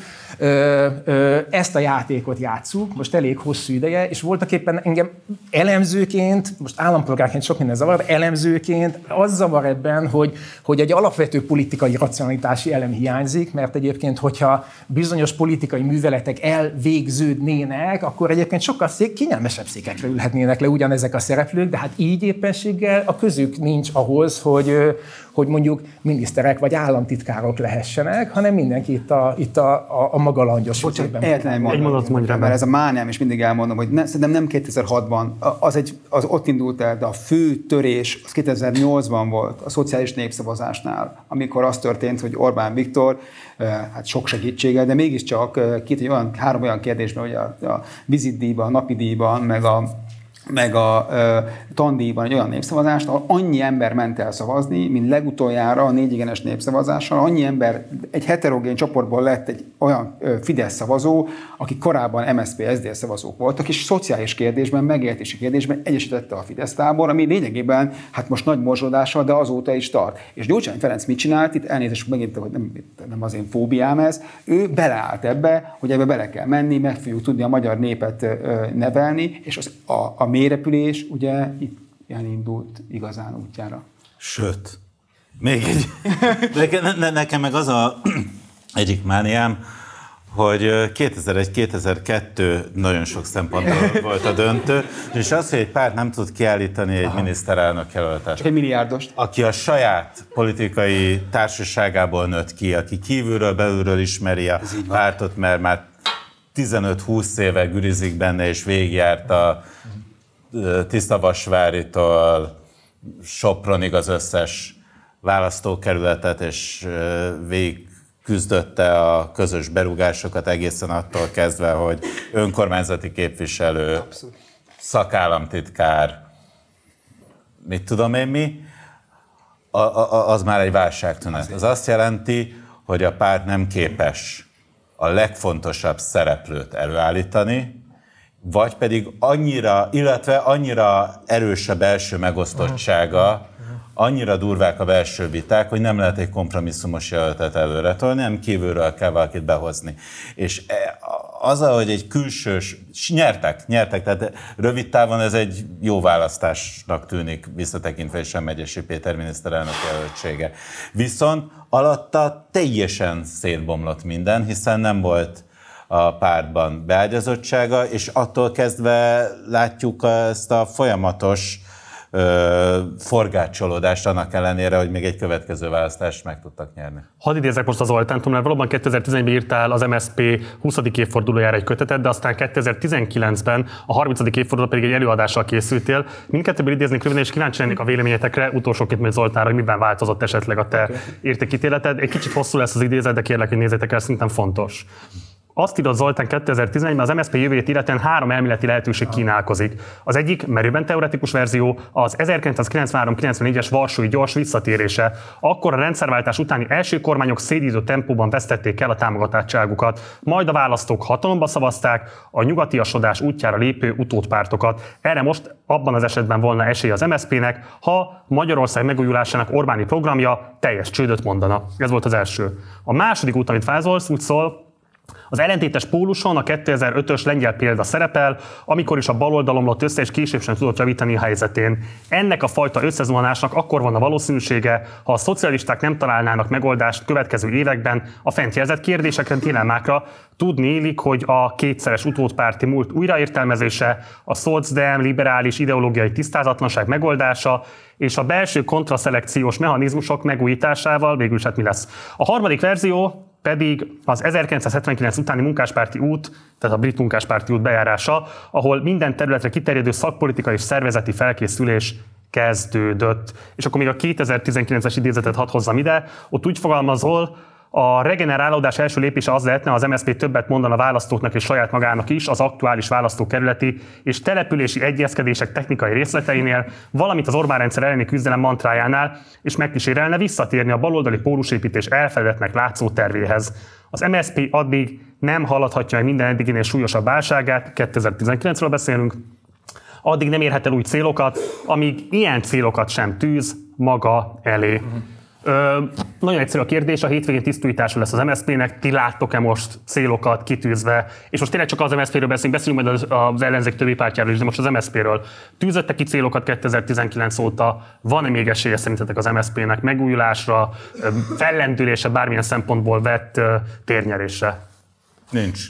[SPEAKER 2] ezt a játékot játsszuk, most elég hosszú ideje, és voltaképpen engem elemzőként, most állampolgárként sok minden zavar, elemzőként az zavar ebben, hogy egy alapvető politikai racionalitási elem hiányzik, mert egyébként, hogyha bizonyos politikai műveletek elvégződnének, akkor egyébként sokkal kényelmesebb székekre ülhetnének le ugyanezek a szereplők, de hát így éppenséggel a közük nincs ahhoz, hogy mondjuk miniszterek vagy államtitkárok lehessenek, hanem mindenki itt a maga langyos
[SPEAKER 4] ügyében. Egy mondatot mondja, mert ez a mániám, és mindig elmondom, hogy szerintem nem 2006-ban, az ott indult el, de a fő törés az 2008-ban volt a szociális népszavazásnál, amikor az történt, hogy Orbán Viktor, hát sok segítséggel, de mégiscsak három olyan kérdésben, hogy a vizitdíjban, a napidíjban, meg a tandíjban egy olyan népszavazást, ahol annyi ember ment el szavazni, mint legutoljára a 4 igenes népszavazással, annyi ember, egy heterogén csoportból lett egy olyan Fidesz szavazó, akik korábban MSZP-SZDSZ szavazók voltak, és szociális kérdésben, megélhetési kérdésben egyesítette a Fidesz tábor, ami lényegében hát most nagy morzsodással, de azóta is tart. És Gyurcsány Ferenc mit csinált? Itt elnézést megint, hogy nem az én fóbiám ez, ő beleállt ebbe, hogy ebbe bele kell menni, meg fogjuk tudni a magyar népet nevelni, és a mélyrepülés ugye itt elindult igazán útjára.
[SPEAKER 3] Sőt, még egy. Nekem meg az egyik mániám, hogy 2001-2002 nagyon sok szempontból volt a döntő, és az, hogy egy párt nem tud kiállítani egy miniszterelnök jelöltet.
[SPEAKER 4] Csak egy milliárdost.
[SPEAKER 3] Aki a saját politikai társaságából nőtt ki, aki kívülről, belülről ismeri a pártot, mert már 15-20 éve gürizik benne, és végigjárt a Tiszavasváritól Sopronig az összes választókerületet, és végig küzdötte a közös berúgásokat egészen attól kezdve, hogy önkormányzati képviselő, abszolút, szakállamtitkár, mit tudom én mi, az már egy válságtünet. Az azt jelenti, hogy a párt nem képes a legfontosabb szereplőt előállítani, vagy pedig annyira erős a belső megosztottsága, annyira durvák a belső viták, hogy nem lehet egy kompromisszumos jelöltet előre tolni, hanem kívülről kell valakit behozni. És az, hogy egy külsős, nyertek, tehát rövid távon ez egy jó választásnak tűnik, visszatekintve sem Megyesi Péter miniszterelnök jelöltsége. Viszont alatta teljesen szétbomlott minden, hiszen nem volt a pártban beágyazottsága, és attól kezdve látjuk ezt a folyamatos forgácsolódást annak ellenére, hogy még egy következő választást meg tudtak nyerni.
[SPEAKER 1] Hadd idézek most az Zoltántól, mert valóban 2011-ben írtál az MSZP 20. évfordulójára egy kötetet, de aztán 2019-ben a 30. évfordulóra pedig egy előadással készültél. Mindkettőből idéznék röviden, és kíváncsi lennék a véleményetekre, utolsóként majd Zoltánra, hogy miben változott esetleg a te értékítéleted. Egy kicsit hosszú lesz az idézet, de kérlek, hogy nézzétek el, szerintem fontos. Azt írott Zoltán 2011-ben, az MSZP jövőjét illetően 3 elméleti lehetőség kínálkozik. Az egyik merőben teoretikus verzió, az 1993-94-es Varsói gyors visszatérése. Akkor a rendszerváltás utáni első kormányok szédítő tempóban vesztették el a támogatottságukat, majd a választók hatalomba szavazták a nyugatiasodás útjára lépő utódpártokat. Erre most abban az esetben volna esély az MSZP-nek, ha Magyarország megújulásának Orbáni programja teljes csődöt mondana. Ez volt az első. A második út, amit vázolsz, úgy szól, az ellentétes póluson a 2005-ös lengyel példa szerepel, amikor is a baloldal omlott össze, és később sem tudott javítani a helyzetén. Ennek a fajta összezuhanásnak akkor van a valószínűsége, ha a szocialisták nem találnának megoldást következő években a fent jelzett kérdésekre, dilemmákra. Tudni illik, hogy a kétszeres utódpárti múlt újraértelmezése, a szocdem liberális ideológiai tisztázatlanság megoldása, és a belső kontraszelekciós mechanizmusok megújításával végül is hát mi lesz. A harmadik verzió pedig az 1979 utáni munkáspárti út, tehát a brit munkáspárti út bejárása, ahol minden területre kiterjedő szakpolitikai és szervezeti felkészülés kezdődött. És akkor még a 2019-es idézetet hadd hozzam ide, ott úgy fogalmazol, a regenerálódás első lépése az lehetne, az MSZP többet mondana a választóknak és saját magának is az aktuális választókerületi és települési egyezkedések technikai részleteinél, valamint az Orbán rendszer elleni küzdelem mantrájánál, és megkísérelne visszatérni a baloldali pólusépítés elfedetnek látszó tervéhez. Az MSZP addig nem haladhatja meg minden eddiginél súlyosabb válságát, 2019-ről beszélünk, addig nem érhet el új célokat, amíg ilyen célokat sem tűz maga elé. Nagyon egyszerű a kérdés, a hétvégén tisztújítása lesz az MSZP-nek, ti láttok-e most célokat kitűzve, és most tényleg csak az MSZP-ről beszélünk majd az ellenzék többi pártjáról is, de most az MSZP-ről. Tűzöttek ki célokat 2019 óta, van-e még esélye szerintetek az MSZP-nek megújulásra, fellendülésre, bármilyen szempontból vett térnyerésre?
[SPEAKER 3] Nincs.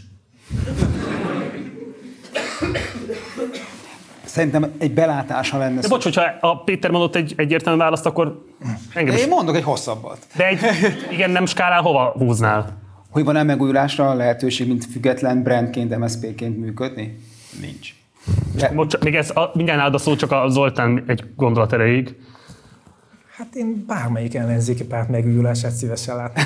[SPEAKER 4] Szerintem egy belátása lenne.
[SPEAKER 1] De bocs, hogyha a Péter mondott egy egyértelmű választ, akkor engem is.
[SPEAKER 4] Én mondok egy hosszabbat.
[SPEAKER 1] De egy igen nem skálán hova húznál?
[SPEAKER 4] Hogy van-e megújulásra lehetőség, mint független brandként, MSZP-ként működni? Nincs.
[SPEAKER 1] Bocs, még ez mindjárt áld a szó, csak a Zoltán egy gondolat erejéig.
[SPEAKER 2] Hát én bármelyik ellenzéki párt megújulását szívesen látom.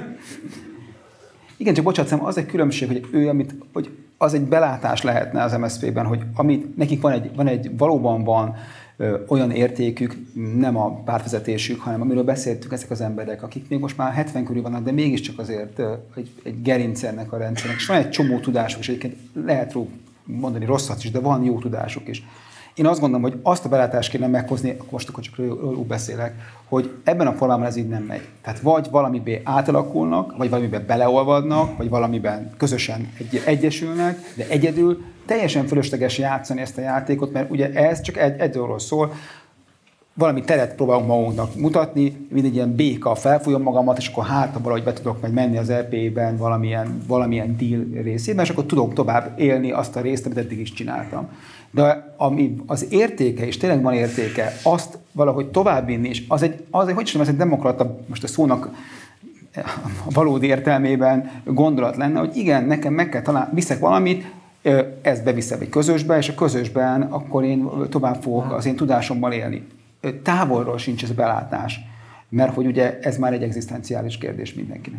[SPEAKER 4] Igen, csak bocsánat, az egy különbség, hogy hogy az egy belátás lehetne az MSZP-ben, hogy amit nekik valóban van olyan értékük, nem a pártvezetésük, hanem amiről beszéltük, ezek az emberek, akik még most már 70 körül vannak, de mégiscsak azért egy gerinc ennek a rendszernek. És van egy csomó tudásuk, és egyébként lehet róluk mondani rosszat is, de van jó tudásuk is. Én azt gondolom, hogy azt a belátást kéne meghozni, most akkor csak róluk beszélek, hogy ebben a formában ez így nem megy. Tehát vagy valamiben átalakulnak, vagy valamiben beleolvadnak, vagy valamiben közösen egyesülnek, de egyedül teljesen fölösleges játszani ezt a játékot, mert ugye ez csak egy dologról szól, valami teret próbálunk magunknak mutatni, mint egy ilyen béka, felfújom magamat, és akkor hát valahogy be tudok majd menni az EP-ben valamilyen deal részében, és akkor tudok tovább élni azt a részt, amit eddig is csináltam. De ami az értéke, és tényleg van értéke, azt valahogy továbbvinni, és az egy hogy is ez egy demokrata, most a szónak a valódi értelmében gondolat lenne, hogy igen, nekem meg kell találni, viszek valamit, ezt beviszem egy közösbe, és a közösben akkor én tovább fogok az én tudásommal élni. Távolról sincs ez a belátás, mert hogy ugye ez már egy egzisztenciális kérdés mindenkinek.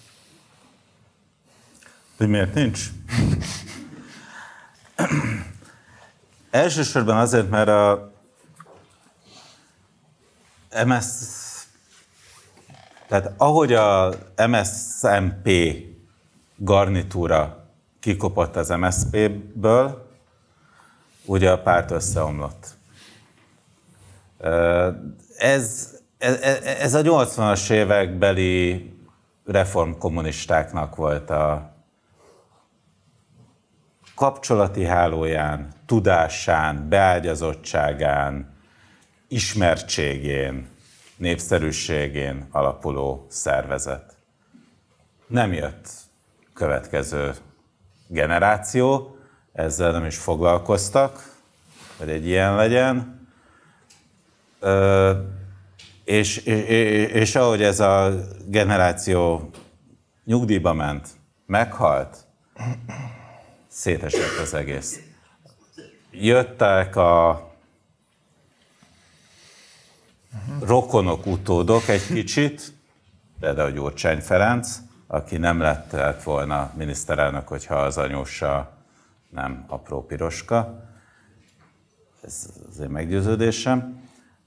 [SPEAKER 3] Hogy miért nincs? Elsősorban azért, mert a tehát ahogy a MSZMP garnitúra kikopott az MSZP-ből, ugye a párt összeomlott. Ez a 80-as évekbeli reformkommunistáknak volt kapcsolati hálóján, tudásán, beágyazottságán, ismertségén, népszerűségén alapuló szervezet. Nem jött következő generáció, ezzel nem is foglalkoztak, hogy egy ilyen legyen. És ahogy ez a generáció nyugdíjba ment, meghalt, szétesett az egész. Jöttek a rokonok, utódok egy kicsit, például Gyurcsány Ferenc, aki nem lett volna miniszterelnök, hogyha az anyósa nem apró piroska. Ez az én meggyőződésem.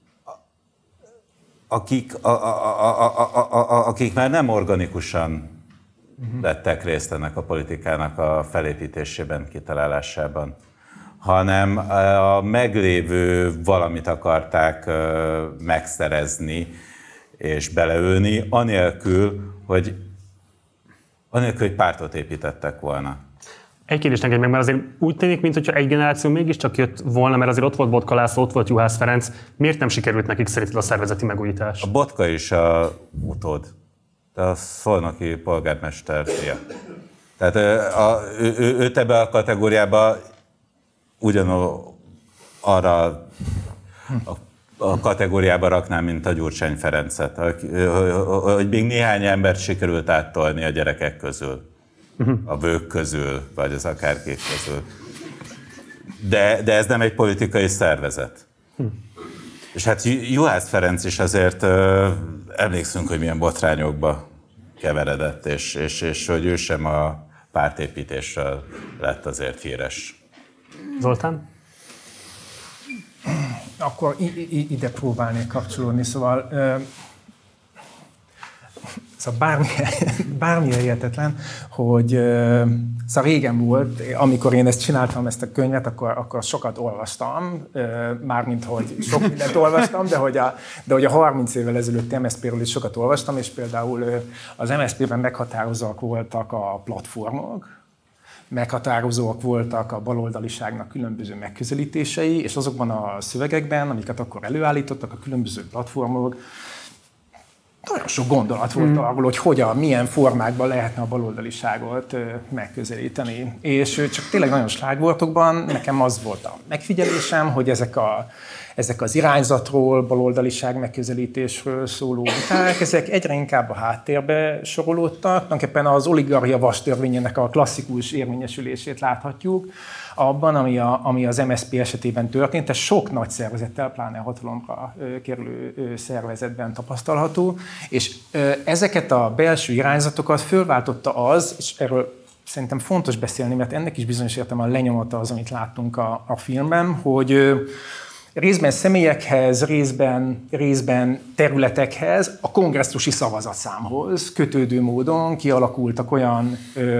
[SPEAKER 3] Akik már nem organikusan vettek részt ennek a politikának a felépítésében, kitalálásában, hanem a meglévő valamit akarták megszerezni és beleölni, anélkül, hogy pártot építettek volna.
[SPEAKER 1] Egy kérdést engedj meg, mert azért úgy tűnik, mintha egy generáció mégiscsak jött volna, mert azért ott volt Botka László, ott volt Juhász Ferenc. Miért nem sikerült nekik szerinted a szervezeti megújítás?
[SPEAKER 3] A Botka is a utód, de a szolnoki polgármester fia. Tehát őt ebbe a kategóriába arra a kategóriába raknám, mint a Gyurcsány Ferencet, hogy még néhány embert sikerült áttolni a gyerekek közül, a vők közül, vagy az akárkik közül. De ez nem egy politikai szervezet. És hát Juhász Ferenc is azért emlékszünk, hogy milyen botrányokba keveredett, és hogy ő sem a pártépítéssel lett azért híres.
[SPEAKER 1] Zoltán?
[SPEAKER 2] Akkor ide próbálnék kapcsolódni, szóval bármilyen értetlen, hogy szóval régen volt, amikor én ezt csináltam, ezt a könyvet, akkor sokat olvastam, mármint hogy sok mindent olvastam, de hogy a 30 évvel ezelőtti MSZP-ről is sokat olvastam, és például az MSZP-ben meghatározóak voltak a platformok, meghatározóak voltak a baloldaliságnak különböző megközelítései, és azokban a szövegekben, amiket akkor előállítottak, a különböző platformok, nagyon sok gondolat volt arról, hogy milyen formákban lehetne a baloldaliságot megközelíteni. És csak tényleg nagyon slágvortokban nekem az volt a megfigyelésem, hogy ezek az irányzatról, baloldaliság megközelítésről szóló viták, ezek egyre inkább a háttérbe sorolódtak. Tulajdonképpen az oligarchia vastörvényének a klasszikus érvényesülését láthatjuk abban, ami az MSZP esetében történt. Ez sok nagy szervezettel, pláne hatalomra kerülő szervezetben tapasztalható, és ezeket a belső irányzatokat fölváltotta az, és erről szerintem fontos beszélni, mert ennek is bizonyos értelemben a lenyomata az, amit láttunk a filmben, hogy részben személyekhez, részben területekhez, a kongresszusi szavazatszámhoz kötődő módon kialakultak olyan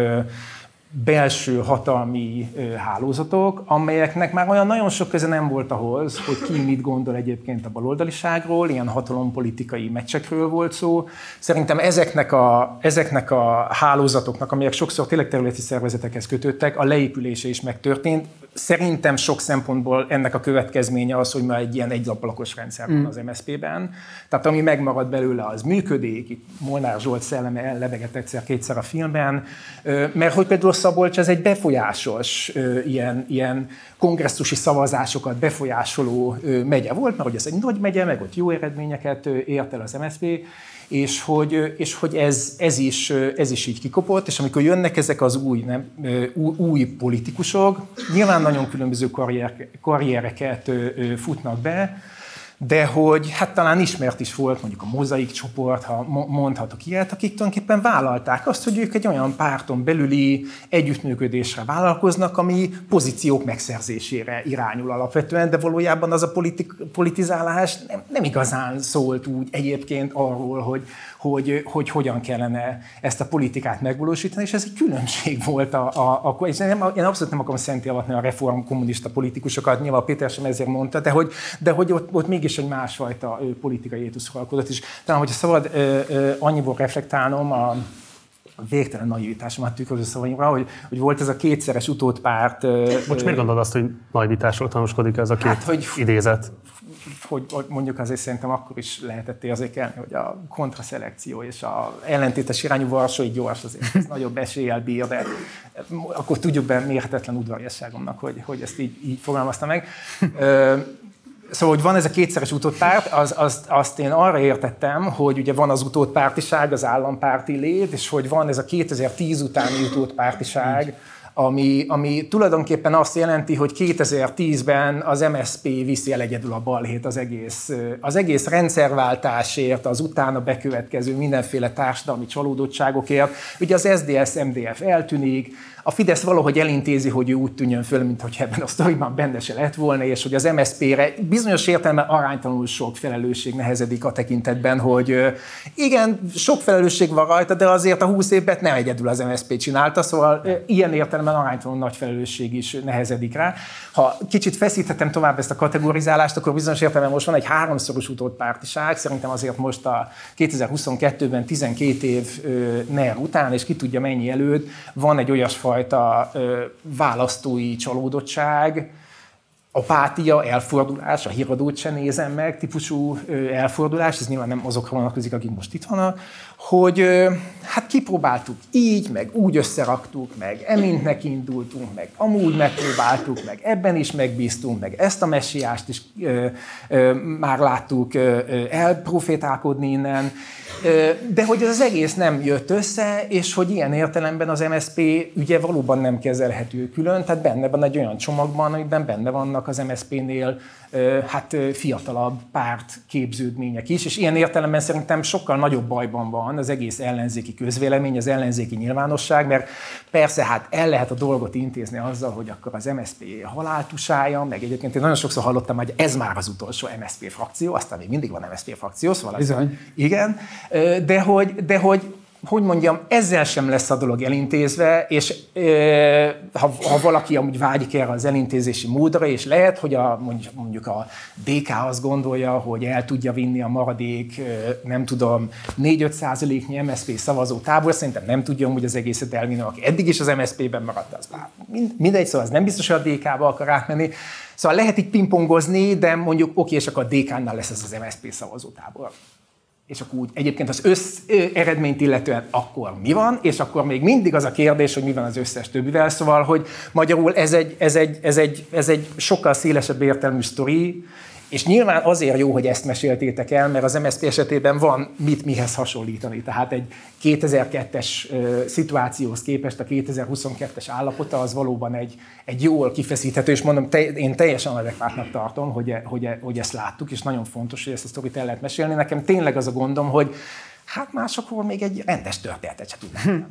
[SPEAKER 2] belső hatalmi hálózatok, amelyeknek már olyan nagyon sok köze nem volt ahhoz, hogy ki mit gondol egyébként a baloldaliságról, ilyen hatalompolitikai meccsekről volt szó. Szerintem ezeknek a hálózatoknak, amelyek sokszor tényleg területi szervezetekhez kötődtek, a leépülése is megtörtént. Szerintem sok szempontból ennek a következménye az, hogy már egy ilyen egyablakos rendszer van az MSZP-ben. Tehát ami megmarad belőle, az működik. Itt Molnár Zsolt szelleme ellebegett egyszer-kétszer a filmben, mert hogy például Szabolcs ez egy befolyásos, ilyen kongresszusi szavazásokat befolyásoló megye volt, mert hogy ez egy nagy megye, meg ott jó eredményeket ért el az MSZP, és hogy ez is így kikopott, és amikor jönnek ezek az új politikusok, nyilván nagyon különböző karriereket futnak be, de hogy hát talán ismert is volt mondjuk a Mozaik csoport, ha mondhatok ilyet, akik tulajdonképpen vállalták azt, hogy ők egy olyan párton belüli együttműködésre vállalkoznak, ami pozíciók megszerzésére irányul alapvetően, de valójában az a politizálás nem igazán szólt úgy egyébként arról, hogy hogyan kellene ezt a politikát megvalósítani, és ez egy különbség volt én abszolút nem akarom szentélvatni a reform kommunista politikusokat, nyilván Péter sem ezért mondta, de hogy ott mégis egy másfajta politikai étusz uralkodott is. Talán, hogyha szabad annyiból reflektálnom végtelen naivitásomat tükröző szavaimra, hogy volt ez a kétszeres utódpárt.
[SPEAKER 1] Most miért gondolod azt, hogy naivitásról tanúskodik ez a két idézet?
[SPEAKER 2] Hogy mondjuk azért szerintem akkor is lehetett érzékelni, hogy a kontraszelekció és a ellentétes irányú Varsói gyors azért ez nagyobb eséllyel bír, de akkor tudjuk be mérhetetlen udvariasságomnak, hogy ezt így fogalmazta meg. Szóval, hogy van ez a kétszeres utódpárt, azt én arra értettem, hogy ugye van az utódpártiság, az állampárti lét, és hogy van ez a 2010 utáni utódpártiság, ami tulajdonképpen azt jelenti, hogy 2010-ben az MSZP viszi el egyedül a balhét az egész rendszerváltásért, az utána bekövetkező mindenféle társadalmi csalódottságokért. Ugye az SZDSZ-MDF eltűnik, a Fidesz valahogy elintézi, hogy ő úgy tűnjön föl, mintha ebben a sztoriban benne se lett volna, és hogy az MSZP-re bizonyos értelemben aránytalanul sok felelősség nehezedik a tekintetben, hogy igen, sok felelősség van rajta, de azért a 20 évet nem egyedül az MSZP csinálta, szóval ilyen értelemben aránytalanul nagy felelősség is nehezedik rá. Ha kicsit feszíthetem tovább ezt a kategorizálást, akkor bizonyos értelemben most van egy háromszoros utódpártiság, szerintem azért most a 2022-ben 12 év NER után, és ki tudja mennyi előtt, van egy olyasfajta választói csalódottság, apátia, elfordulás, a híradót sem nézem meg típusú elfordulás, ez nyilván nem azokra vonatkozik, akik most itt vannak, hogy hát kipróbáltuk így, meg úgy összeraktuk, meg emintnek indultunk, meg amúgy megpróbáltuk, meg ebben is megbíztunk, meg ezt a messiást is már láttuk elprofétálkodni innen, de hogy ez az egész nem jött össze, és hogy ilyen értelemben az MSZP ügye valóban nem kezelhető külön, tehát benne van egy olyan csomagban, amiben benne vannak az MSZP-nél hát fiatalabb párt képződmények is, és ilyen értelemben szerintem sokkal nagyobb bajban van az egész ellenzéki közvélemény, az ellenzéki nyilvánosság, mert persze hát el lehet a dolgot intézni azzal, hogy akkor az MSZP haláltusálja, meg egyébként én nagyon sokszor hallottam, hogy ez már az utolsó MSZP frakció, aztán még mindig van MSZP frakció, szóval
[SPEAKER 4] bizony.
[SPEAKER 2] Igen, de hogy mondjam, ezzel sem lesz a dolog elintézve, és ha valaki amúgy vágyik erre az elintézési módra, és lehet, hogy mondjuk a DK azt gondolja, hogy el tudja vinni a maradék, nem tudom, 4-5%-nyi MSZP szavazó tábor, szerintem nem tudja amúgy az egészet elvinni, aki eddig is az MSZP-ben maradt, az már mindegy, szóval az nem biztos, hogy a DK-ba akar átmenni. Szóval lehet így pingpongozni, de mondjuk oké, és akkor a DK-nál lesz ez az MSZP szavazó tábor. És akkor úgy egyébként az eredményt illetően akkor mi van, és akkor még mindig az a kérdés, hogy mi van az összes többivel, szóval, hogy magyarul ez egy sokkal szélesebb értelmű sztori, és nyilván azért jó, hogy ezt meséltétek el, mert az MSZP esetében van mit mihez hasonlítani. Tehát egy 2002-es szituációhoz képest a 2022-es állapota az valóban egy jól kifeszíthető, és mondom, én teljesen adekvátnak tartom, hogy ezt láttuk, és nagyon fontos, hogy ezt a sztorit el lehet mesélni. Nekem tényleg az a gondom, hogy hát másokról még egy rendes történetet se tudnak.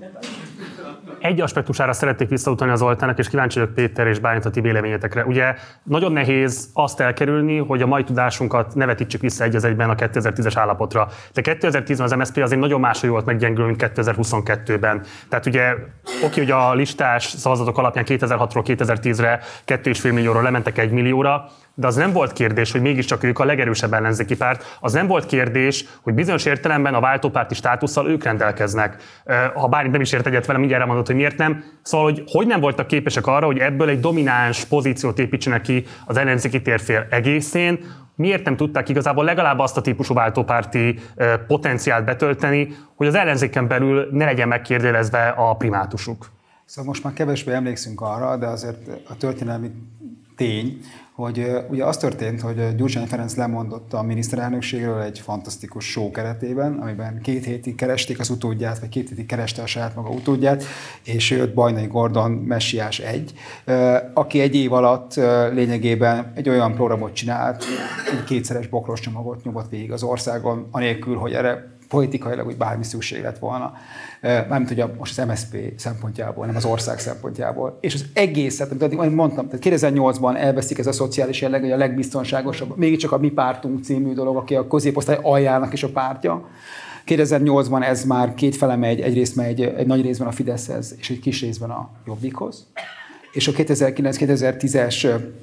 [SPEAKER 1] Egy aspektusára szeretnék visszautalni az Zoltánnak, és kíváncsi vagyok Péter és Bálint a ti véleményetekre. Ugye nagyon nehéz azt elkerülni, hogy a mai tudásunkat ne vetítsük vissza egy az egyben a 2010-es állapotra. De 2010-ben az MSZP azért nagyon máshogy volt meggyengülő, mint 2022-ben. Tehát ugye hogy a listás szavazatok alapján 2006-ról 2010-re 2,5 millióról lementek 1 millióra, de az nem volt kérdés, hogy mégiscsak ők a legerősebb ellenzéki párt. Az nem volt kérdés, hogy bizonyos értelemben a váltópárti státusszal ők rendelkeznek. Ha Bálint nem is ért egyet velem, mindjárt elmondott, hogy miért nem. Szóval, hogy nem voltak képesek arra, hogy ebből egy domináns pozíciót építsenek ki az ellenzéki térfél egészén, miért nem tudták igazából legalább azt a típusú váltópárti potenciált betölteni, hogy az ellenzéken belül ne legyen megkérdőjelezve a primátusuk.
[SPEAKER 4] Szóval most már kevésbé emlékszünk arra, de azért a történelmi tény, hogy ugye az történt, hogy Gyurcsány Ferenc lemondott a miniszterelnökségről egy fantasztikus show keretében, amiben 2 hétig keresték az utódját, vagy 2 hétig kereste a saját maga utódját, és jött Bajnai Gordon Messiás 1, aki egy év alatt lényegében egy olyan programot csinált, egy 2-szeres bokros csomagot nyomott végig az országon, anélkül, hogy erre politikailag úgy bármi szükség lett volna. Mármint, hogy most az MSZP szempontjából, nem az ország szempontjából. És az egészet, amit mondtam, tehát 2008-ban elveszik ez a szociális jelleg, hogy a legbiztonságosabb, mégiscsak a Mi Pártunk című dolog, aki a középosztály aljának is a pártja. 2008-ban ez már kétfele megy, egyrészt megy egy nagy részben a Fideszhez, és egy kis részben a Jobbikhoz. És a 2009-2010-es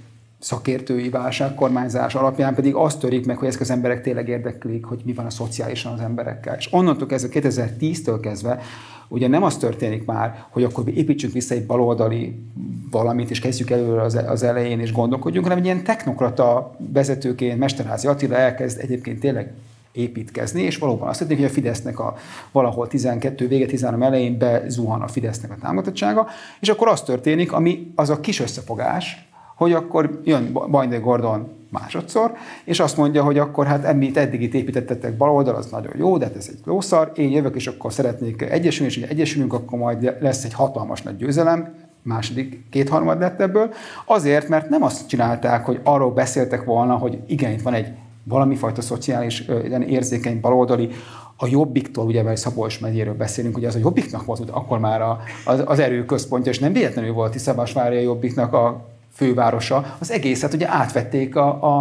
[SPEAKER 4] szakértői válságkormányzás alapján pedig azt törik meg, hogy ezek az emberek tényleg érdeklik, hogy mi van a szociálisan az emberekkel. És onnantól kezdve, 2010-től kezdve, ugye nem az történik már, hogy akkor építsünk vissza egy baloldali valamit, és kezdjük előre az elején, és gondolkodjunk, hanem egy ilyen technokrata vezetőként Mesterházy Attila elkezd egyébként tényleg építkezni, és valóban azt történik, hogy a Fidesznek valahol 12 vége, 13 elején bezuhan a Fidesznek a támogatottsága, és akkor az történik, ami az a kis összefogás, hogy akkor jön Bajnai Gordon másodszor, és azt mondja, hogy akkor hát amit eddig itt építettetek baloldal, az nagyon jó, de hát ez egy lószar, én jövök, és akkor szeretnék egyesülni, és ha egyesülünk, akkor majd lesz egy hatalmas nagy győzelem, második kétharmad lett ebből, azért, mert nem azt csinálták, hogy arról beszéltek volna, hogy igen, itt van egy valamifajta szociális, érzékeny baloldali, a Jobbiktól, ugye, mert Szabolcs megyéről beszélünk, ugye az a Jobbiknak volt akkor már az erőközpontja, és nem véletlenül volt Tiszavasvári a Jobbiknak a fővárosa, az egészet ugye átvették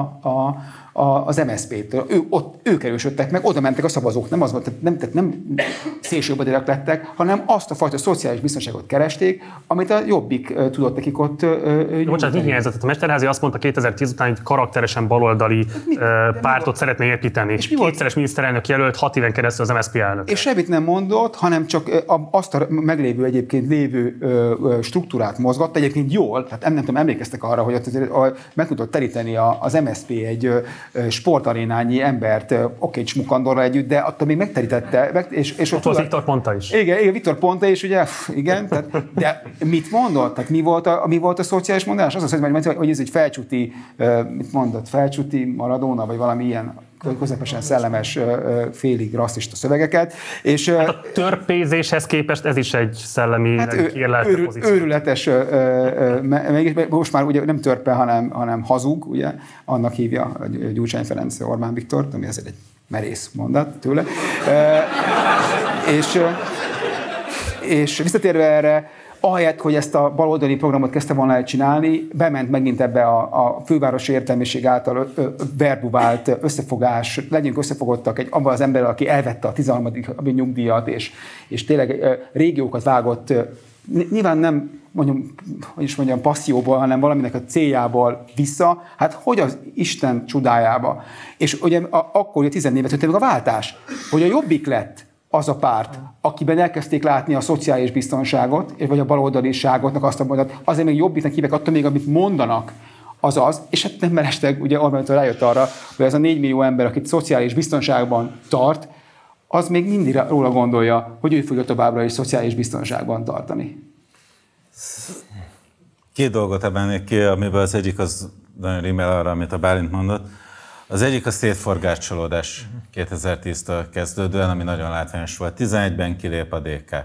[SPEAKER 4] az MSZP-től. Ők erősödtek meg, oda mentek a szavazók, nem az volt, nem szélsőbadérak lettek, hanem azt a fajta szociális biztonságot keresték, amit a Jobbik tudott nekik ott
[SPEAKER 1] Bocsánat, így helyzet. A Mesterházy azt mondta 2010 után, hogy karakteresen baloldali pártot szeretne építeni. És kétszeres miniszterelnök jelölt 6 éven keresztül az MSZP elnök.
[SPEAKER 4] És semmit nem mondott, hanem csak azt a meglévő egyébként lévő struktúrát mozgatta, egyébként jól, tehát nem tudom, emlékeztek arra, hogy meg tudott teríteni az MSZP egy sportarénányi embert, oké, Csmukandorra együtt, de attól még megterítette. És
[SPEAKER 1] ott volt Viktor Ponta is.
[SPEAKER 4] Igen, Viktor Ponta is, ugye, igen. Tehát, de mit mondott? Tehát mi volt a szociális mondás? Az hogy ez egy felcsúti, mit mondott, felcsúti Maradona, vagy valami ilyen közepesen szellemes, félig rasszista szövegeket. És,
[SPEAKER 1] hát a törpézéshez képest ez is egy szellemi pozíció.
[SPEAKER 4] Őrületes, most már ugye nem törpe, hanem hazug, ugye, annak hívja Gyurcsány Ferenc Orbán Viktort, ami ezért egy merész mondat tőle. És visszatérve erre, ahelyett, hogy ezt a baloldali programot kezdte volna el csinálni, bement megint ebbe a fővárosi értelmiség által verbuvált összefogás, legyünk összefogottak abban az emberrel, aki elvette a 13. nyugdíjat, és tényleg régiókat vágott, nyilván nem mondjam passzióból, hanem valaminek a céljából vissza, hát hogy az Isten csodájába. És ugye akkor 14 évet történt meg a váltás, hogy a Jobbik lett az a párt, akiben elkezdték látni a szociális biztonságot, vagy a baloldaliságotnak azt a mondat, azért még Jobbiknak hívek, attól még, amit mondanak, az, és hát nem merestek, ugye Orbántól rájött arra, hogy ez a 4 millió ember, akit szociális biztonságban tart, az még mindig róla gondolja, hogy ő fogja továbbra is szociális biztonságban tartani.
[SPEAKER 3] 2 dolgot emelnék ki, amiből az egyik az nagyon rímel arra, amit a Bálint mondott. Az egyik a szétforgácsolódás 2010-től kezdődően, ami nagyon látványos volt. 11-ben kilép a DK.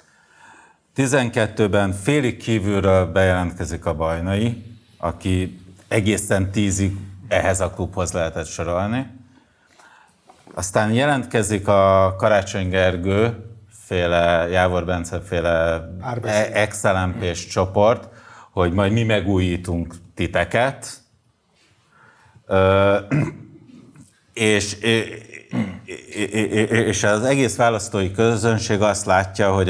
[SPEAKER 3] 12-ben félig kívülről bejelentkezik a Bajnai, aki egészen 10-ig ehhez a klubhoz lehetett sorolni. Aztán jelentkezik a Karácsony Gergő féle, Jávor Bence féle ex-LMP-s csoport, hogy majd mi megújítunk titeket. És az egész választói közönség azt látja, hogy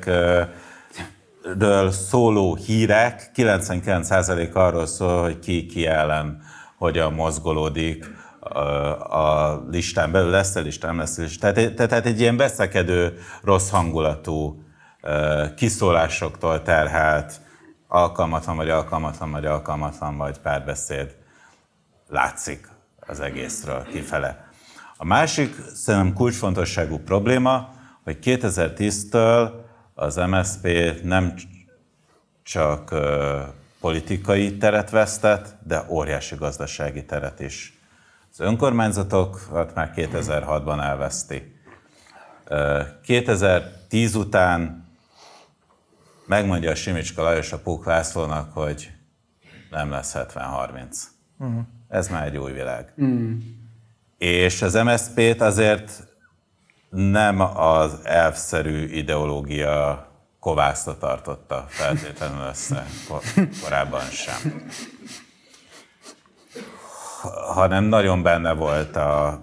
[SPEAKER 3] ezekről szóló hírek 99% arról szól, hogy ki ellen hogyan mozgolódik a listán belül, lesz a listán, lesz a listán. Tehát egy ilyen veszekedő, rossz hangulatú, kiszólásoktól terhelt, alkalmatlan vagy párbeszéd látszik az egészről kifele. A másik szerintem kulcsfontosságú probléma, hogy 2010-től az MSZP nem csak politikai teret vesztett, de óriási gazdasági teret is. Az önkormányzatokat már 2006-ban elveszti. 2010 után megmondja a Simicska Lajos a Puk Lászlónak, hogy nem lesz 70-30. Ez már egy új világ. És az MSZP-t azért nem az elvszerű ideológia kovászta tartotta feltétlenül össze korábban sem. Hanem nagyon benne volt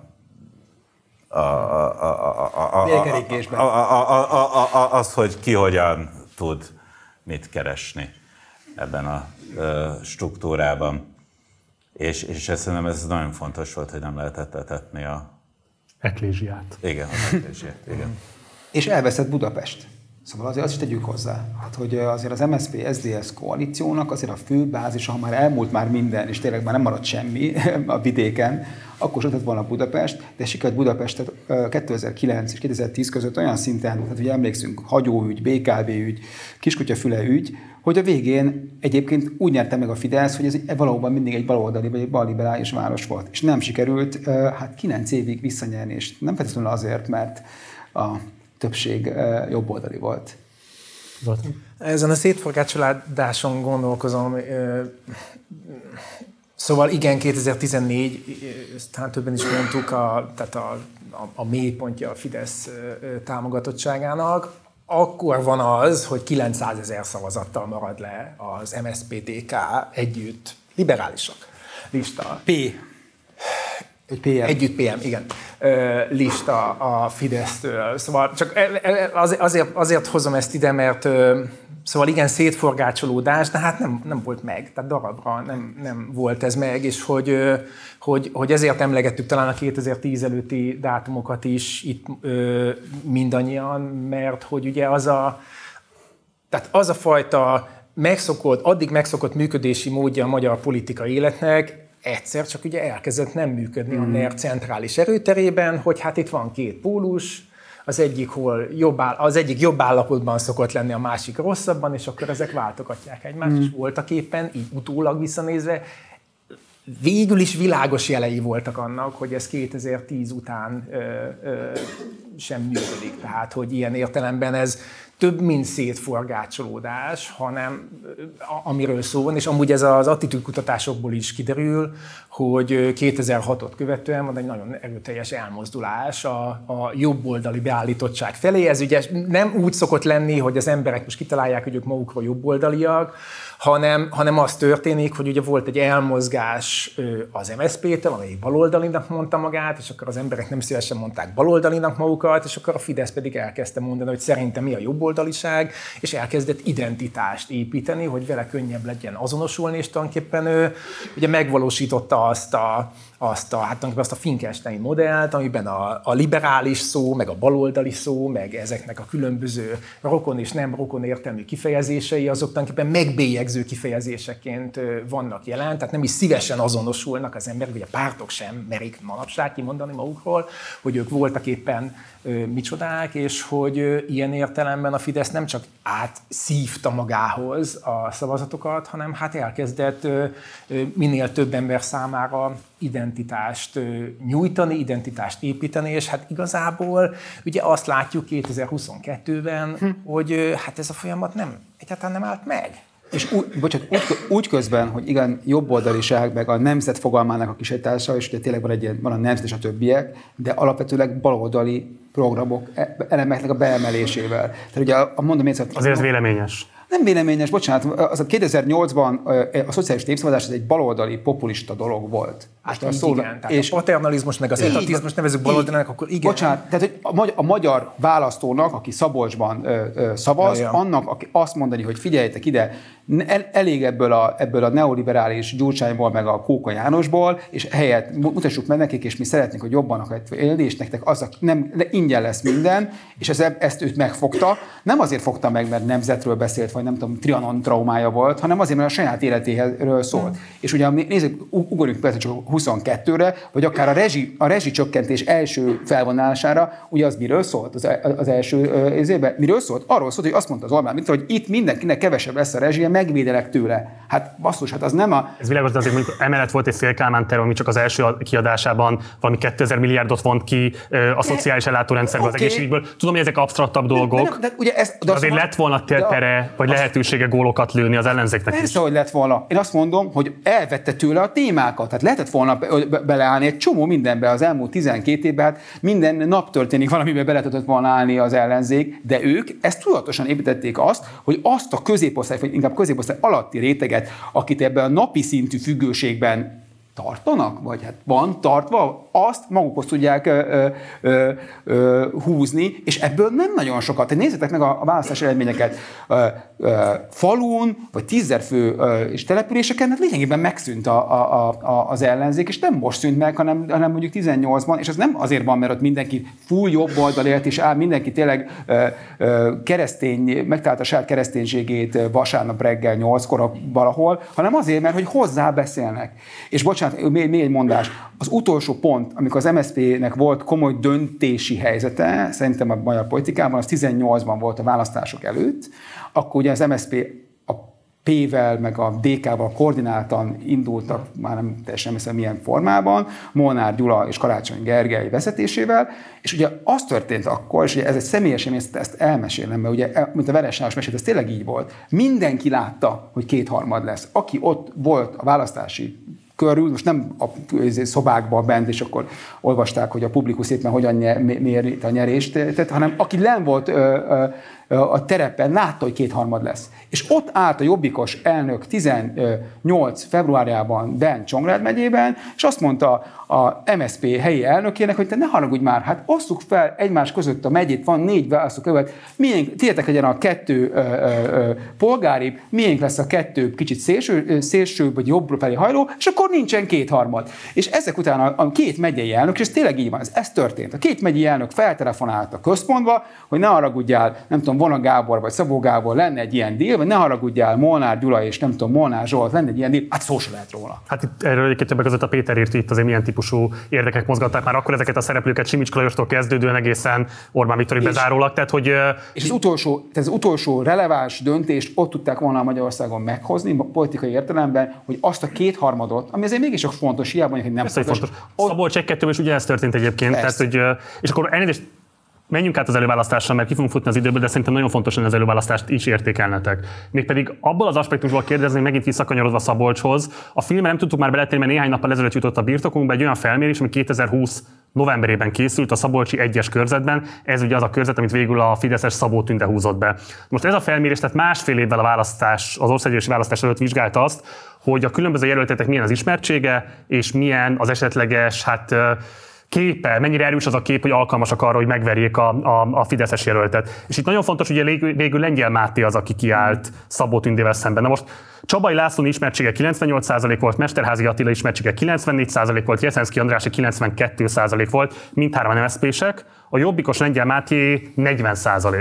[SPEAKER 3] az, hogy ki hogyan tud mit keresni ebben a struktúrában. És ezt szerintem ez nagyon fontos volt, hogy nem lehetett etetni a...
[SPEAKER 1] Eklézsiát.
[SPEAKER 3] Igen, az eklézsiát, igen.
[SPEAKER 4] És elveszett Budapest. Szóval azért azt is tegyük hozzá. Hát, hogy azért az MSZP-SZDSZ koalíciónak azért a fő bázisa, ha már elmúlt már minden, és tényleg már nem maradt semmi a vidéken, akkor sem lett volna Budapest, de sikerült Budapestet 2009 és 2010 között olyan szinten, tehát ugye emlékszünk, hagyóügy, BKV ügy, Kiskutyafüle ügy, hogy a végén egyébként úgy nyerte meg a Fidesz, hogy ez valóban mindig egy baloldali vagy egy balliberális város volt. És nem sikerült 9 évig visszanyerni, és nem feltétlenül azért, mert a többség jobboldali volt.
[SPEAKER 2] Ezen a szétforgácsoládáson gondolkozom. Szóval igen, 2014, talán többen is mondtuk, tehát a mélypontja a Fidesz támogatottságának. Akkor van az, hogy 900 000 szavazattal marad le az MSZP-DK együtt liberálisak lista. Együtt PM, igen. Lista a Fidesztől. Szóval csak azért hozom ezt ide, mert szóval igen, szétforgácsolódás, de hát nem volt meg, tehát darabra nem volt ez meg, és hogy ezért emlegettük talán a 2010 előtti dátumokat is itt mindannyian, mert hogy ugye az a fajta addig megszokott működési módja a magyar politikai életnek, egyszer csak ugye elkezdett nem működni a NER centrális erőterében, hogy hát itt van két pólus, az egyik jobb állapotban szokott lenni, a másik rosszabban, és akkor ezek váltogatják egymást, és voltak éppen, így utólag visszanézve, végül is világos jelei voltak annak, hogy ez 2010 után sem működik. Tehát, hogy ilyen értelemben ez több, mint szétforgácsolódás, hanem amiről szó van, és amúgy ez az attitűdkutatásokból is kiderül, hogy 2006-ot követően van egy nagyon erőteljes elmozdulás a jobboldali beállítottság felé. Ez ugye nem úgy szokott lenni, hogy az emberek most kitalálják, hogy ők magukról jobboldaliak, hanem az történik, hogy ugye volt egy elmozgás az MSZP-től, amelyik baloldalinak mondta magát, és akkor az emberek nem szívesen mondták baloldalinak magukat, és akkor a Fidesz pedig elkezdte mondani, hogy szerintem mi a jobboldaliság, és elkezdett identitást építeni, hogy vele könnyebb legyen azonosulni, és tulajdonképpen ő ugye megvalósította azt a Finkelstein modellt, amiben a liberális szó, meg a baloldali szó, meg ezeknek a különböző rokon és nem rokon értelmű kifejezései, azok tulajdonképpen megbélyegző kifejezéseként vannak jelen, tehát nem is szívesen azonosulnak az emberek, vagy a pártok sem merik manapság kimondani magukról, hogy ők voltak éppen micsodák, és hogy ilyen értelemben a Fidesz nem csak átszívta magához a szavazatokat, hanem hát elkezdett minél több ember számára identitást nyújtani, identitást építeni, és hát igazából ugye azt látjuk 2022-ben, hogy hát ez a folyamat egyáltalán nem állt meg.
[SPEAKER 4] És úgy közben, hogy igen, jobboldaliság, meg a nemzet fogalmának a kisejtása, és ugye tényleg van a nemzet és a többiek, de alapvetőleg baloldali programok, elemeknek a beemelésével. Tehát ugye mondom én...
[SPEAKER 1] Azért ez véleményes.
[SPEAKER 4] Nem véleményes, bocsánat, az a 2008-ban a szociális népszavazás ez egy baloldali, populista dolog volt.
[SPEAKER 2] Hát igen, tehát a paternalizmus meg az etatizmus nevezzük baloldalinak, akkor igen.
[SPEAKER 4] Bocsánat, tehát a magyar választónak, aki Szabolcsban szavaz, annak, aki azt mondani, hogy figyeljetek ide, elég ebből a neoliberális Gyurcsányból, meg a Kóka Jánosból, és helyett mutassuk meg nekik, és mi szeretnénk, hogy jobban akarják élni, és nektek ingyen lesz minden, és ezt őt megfogta. Nem azért fogta meg, mert nemzetről beszélt, vagy nem tudom, Trianon traumája volt, hanem azért, mert a saját életéről szólt. És ugye nézzük, ugorjunk persze csak 22-re, vagy akár a rezsicsökkentés első felvonására, ugye az miről szólt az első évben? Miről szólt? Arról szólt, hogy azt mondta az Orbán, hogy itt mindenkinek kevesebb lesz a rezsie, megvédelek tőle. Hát basszus, hát az nem a...
[SPEAKER 1] Ez világos, de azért mondjuk emellett volt egy Szél-Kálmán terv, ami csak az első kiadásában valami 2000 milliárdot vont ki a szociális ellátórendszerből, az egészségügyből. Tudom, hogy ezek absztraktabb dolgok, de azért lett volna tere, vagy lehetősége gólokat lőni az ellenzéknek is.
[SPEAKER 4] Persze, hogy lett volna. Én azt mondom, hogy elvette tőle a témákat. Tehát lehetett volna beleállni egy csomó mindenbe az elmúlt 12 évben, hát minden nap történik valamiben bele tudott volna állni az ellenzék, de ők ezt tudatosan építették azt, hogy azt a középosztály, vagy inkább középosztály alatti réteget, akit ebben a napi szintű függőségben tartanak, vagy hát van tartva, azt magukhoz tudják húzni, és ebből nem nagyon sokat. Tehát nézzétek meg a választási eredményeket. Falun, vagy 10 000 fő és településeken, hát lényegében megszűnt az ellenzék, és nem most szűnt meg, hanem mondjuk 18-ban, és ez nem azért van, mert ott mindenki full jobb oldal élt, és mindenki tényleg keresztény, megtalálta a saját kereszténységét vasárnap reggel 8-kor valahol, hanem azért, mert hogy hozzá beszélnek. És bocsánat, még egy mondás. Az utolsó pont, amikor az MSZP-nek volt komoly döntési helyzete, szerintem a magyar politikában, az 18-ban volt a választások előtt, akkor ugye az MSZP a P-vel, meg a DK-val koordináltan indultak, már nem teljesen hiszem milyen formában, Molnár Gyula és Karácsony Gergely vezetésével, és ugye az történt akkor, és ugye ez egy személyes, én ezt elmesélem, mert ugye, mint a Veres János mesélt, ez tényleg így volt. Mindenki látta, hogy 2/3 lesz. Aki ott volt a választási körül, most nem a szobákban bent, és akkor olvasták, hogy a publikus szépen hogyan méri a nyerést, tehát, hanem aki len volt a terepen, látta, hogy 2/3 lesz. És ott állt a jobbikos elnök 18 februárjában Bent Csongrád megyében, és azt mondta a MSZP helyi elnökének, hogy te ne haragudj már, hát osszuk fel egymás között a megyét, van 4 választókerület, tiétek legyen a 2 polgári, miénk lesz a 2 kicsit szélső vagy jobbra felé hajló, és akkor nincsen 2/3. És ezek után a 2 megyei elnök, és ez tényleg így van, ez történt. A 2 megyei elnök feltelefonált a központba, hogy ne haragudjál, nem tudom, Vona Gábor vagy Szabó Gábor, lenne egy ilyen díl, vagy ne haragudjál, Molnár Gyula és nem tudom, Molnár Zsolt, lenne egy ilyen díl, hát szó se lehet róla.
[SPEAKER 1] Hát itt erről egyébként többek között a Péter írt itt azért milyen típusú érdekek mozgatták már akkor ezeket a szereplőket, Simicska Lajostól kezdődően egészen Orbán Viktorig bezárólag, tehát hogy...
[SPEAKER 4] És az utolsó releváns döntést ott tudták volna Magyarországon meghozni, politikai értelemben, hogy azt a 2/3, ami azért mégis fontos, hiába, hogy nem fontos.
[SPEAKER 1] Szabolcs 1-2-ben is ugye ez történt egyébként, tehát, hogy, és akkor elnézést, menjünk át az előválasztásra, mert ki fogunk futni az időből, de szerintem nagyon fontos, hogy az előválasztást is értékelnetek. Mégpedig abból az aspektusból kérdezni, megint visszakanyarodva Szabolcshoz. A filmben nem tudtuk már beletérni, mert néhány nappal ezelőtt jutott a birtokunkba egy olyan felmérés, ami 2020 novemberében készült a Szabolcsi 1-es körzetben. Ez ugye az a körzet, amit végül a fideszes Szabó Tünde húzott be. Most ez a felmérés, tehát másfél évvel az országgyűlési választás előtt vizsgálta azt, hogy a különböző jelölteknek milyen az ismertsége, és milyen az esetleges, képe, mennyire erős az a kép, hogy alkalmasak arra, hogy megverjék a fideszes jelöltet. És itt nagyon fontos, hogy végül Lengyel Máté az, aki kiállt Szabó Tündével szemben. Na most Csabai László ismertsége 98% volt, Mesterházy Attila ismertsége 94% volt, Jeszenszky Andrássy 92% volt, mindhárman MSZP-sek, a jobbikos Lengyel Máté 40%.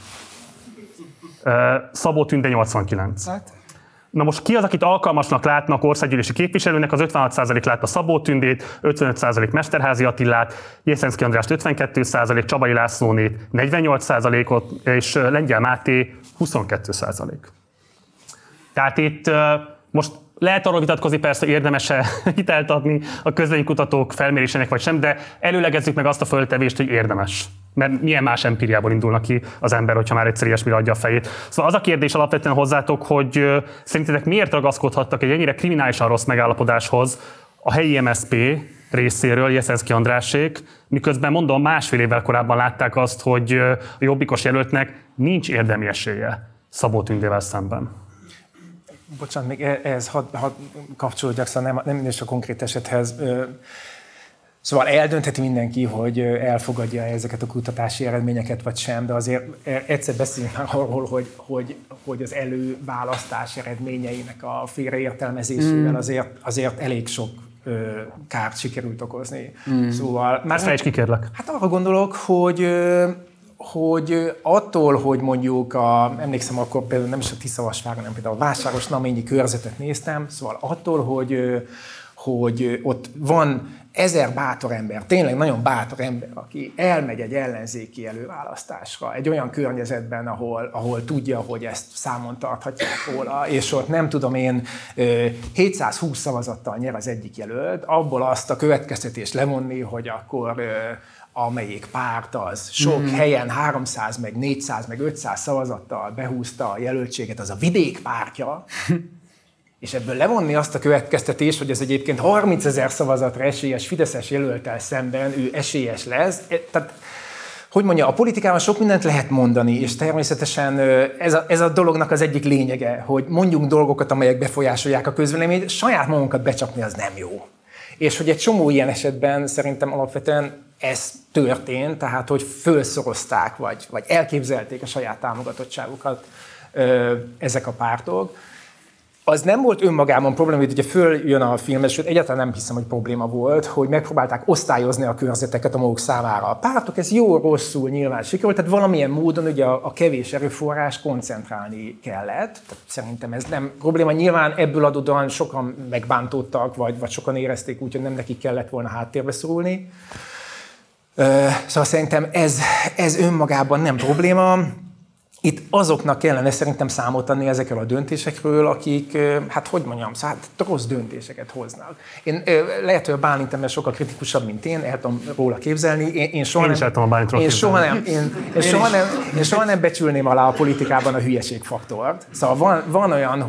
[SPEAKER 1] Szabó Tünde 89%. Na most ki az, akit alkalmasnak látnak országgyűlési képviselőnek? Az 56% látta Szabó Tündét, 55% Mesterházy Attilát, Jeszenszky Andrást 52%, Csabai Lászlónét 48%-ot, és Lengyel Máté 22%. Tehát itt most lehet arról vitatkozni, persze érdemes-e hitelt adni a közvéleménykutatók felmérésének vagy sem, de előlegezzük meg azt a föltevést, hogy érdemes. Mert milyen más empíriából indulnak ki az ember, hogyha már egyszer ilyesmire adja a fejét. Szóval az a kérdés alapvetően hozzátok, hogy szerintetek miért ragaszkodhattak egy ennyire kriminálisan rossz megállapodáshoz a helyi MSZP részéről, Jeszenszky Andrásék, miközben mondom, másfél évvel korábban látták azt, hogy a jobbikos jelöltnek nincs érdemi esélye Szabó Tündével szemben.
[SPEAKER 2] Bocsánat, még ehhez hadd kapcsolódjak, szóval nem is a konkrét esethez. Szóval eldöntheti mindenki, hogy elfogadja ezeket a kutatási eredményeket, vagy sem, de azért egyszer beszéljünk már arról, hogy az előválasztás eredményeinek a félreértelmezésével azért elég sok kárt sikerült okozni. Szóval...
[SPEAKER 1] Ezt fejtsd ki, kérlek.
[SPEAKER 2] Hát arra gondolok, hogy attól, hogy mondjuk emlékszem akkor például nem is a Tiszavasvágon, hanem például a Vásárosnaményi körzetet néztem, szóval attól, hogy ott van 1000 bátor ember, tényleg nagyon bátor ember, aki elmegy egy ellenzéki előválasztásra, egy olyan környezetben, ahol tudja, hogy ezt számon tarthatják róla, és ott nem tudom én 720 szavazattal nyer az egyik jelölt, abból azt a következtetést levonni, hogy akkor amelyik párt az sok helyen 300, meg 400, meg 500 szavazattal behúzta a jelöltséget, az a Vidék pártja, és ebből levonni azt a következtetést, hogy ez egyébként 30 000 szavazatra esélyes fideszes jelölttel szemben ő esélyes lesz. Tehát, hogy mondja, a politikában sok mindent lehet mondani, és természetesen ez a dolognak az egyik lényege, hogy mondjunk dolgokat, amelyek befolyásolják a közvéleményt, saját magunkat becsapni az nem jó. És hogy egy csomó ilyen esetben szerintem alapvetően ez történt, tehát hogy felszorozták, vagy elképzelték a saját támogatottságukat ezek a pártok. Az nem volt önmagában probléma, hogy ugye följön a film, és egyáltalán nem hiszem, hogy probléma volt, hogy megpróbálták osztályozni a körzeteket a maguk számára. A pártok ez jó-rosszul nyilván sikerült, tehát valamilyen módon ugye a kevés erőforrás koncentrálni kellett. Tehát szerintem ez nem probléma. Nyilván ebből adódóan sokan megbántottak, vagy sokan érezték úgy, hogy nem nekik kellett volna háttérbe szorulni. Szóval szerintem ez önmagában nem probléma. Itt azoknak kellene szerintem számot adni ezekről a döntésekről, akik, hát hogy mondjam, rossz döntéseket hoznak. Én lehet, hogy a Bálint ember sokkal kritikusabb, mint én, el tudom róla képzelni. Én soha nem becsülném alá a politikában a hülyeségfaktort. Szóval van olyan,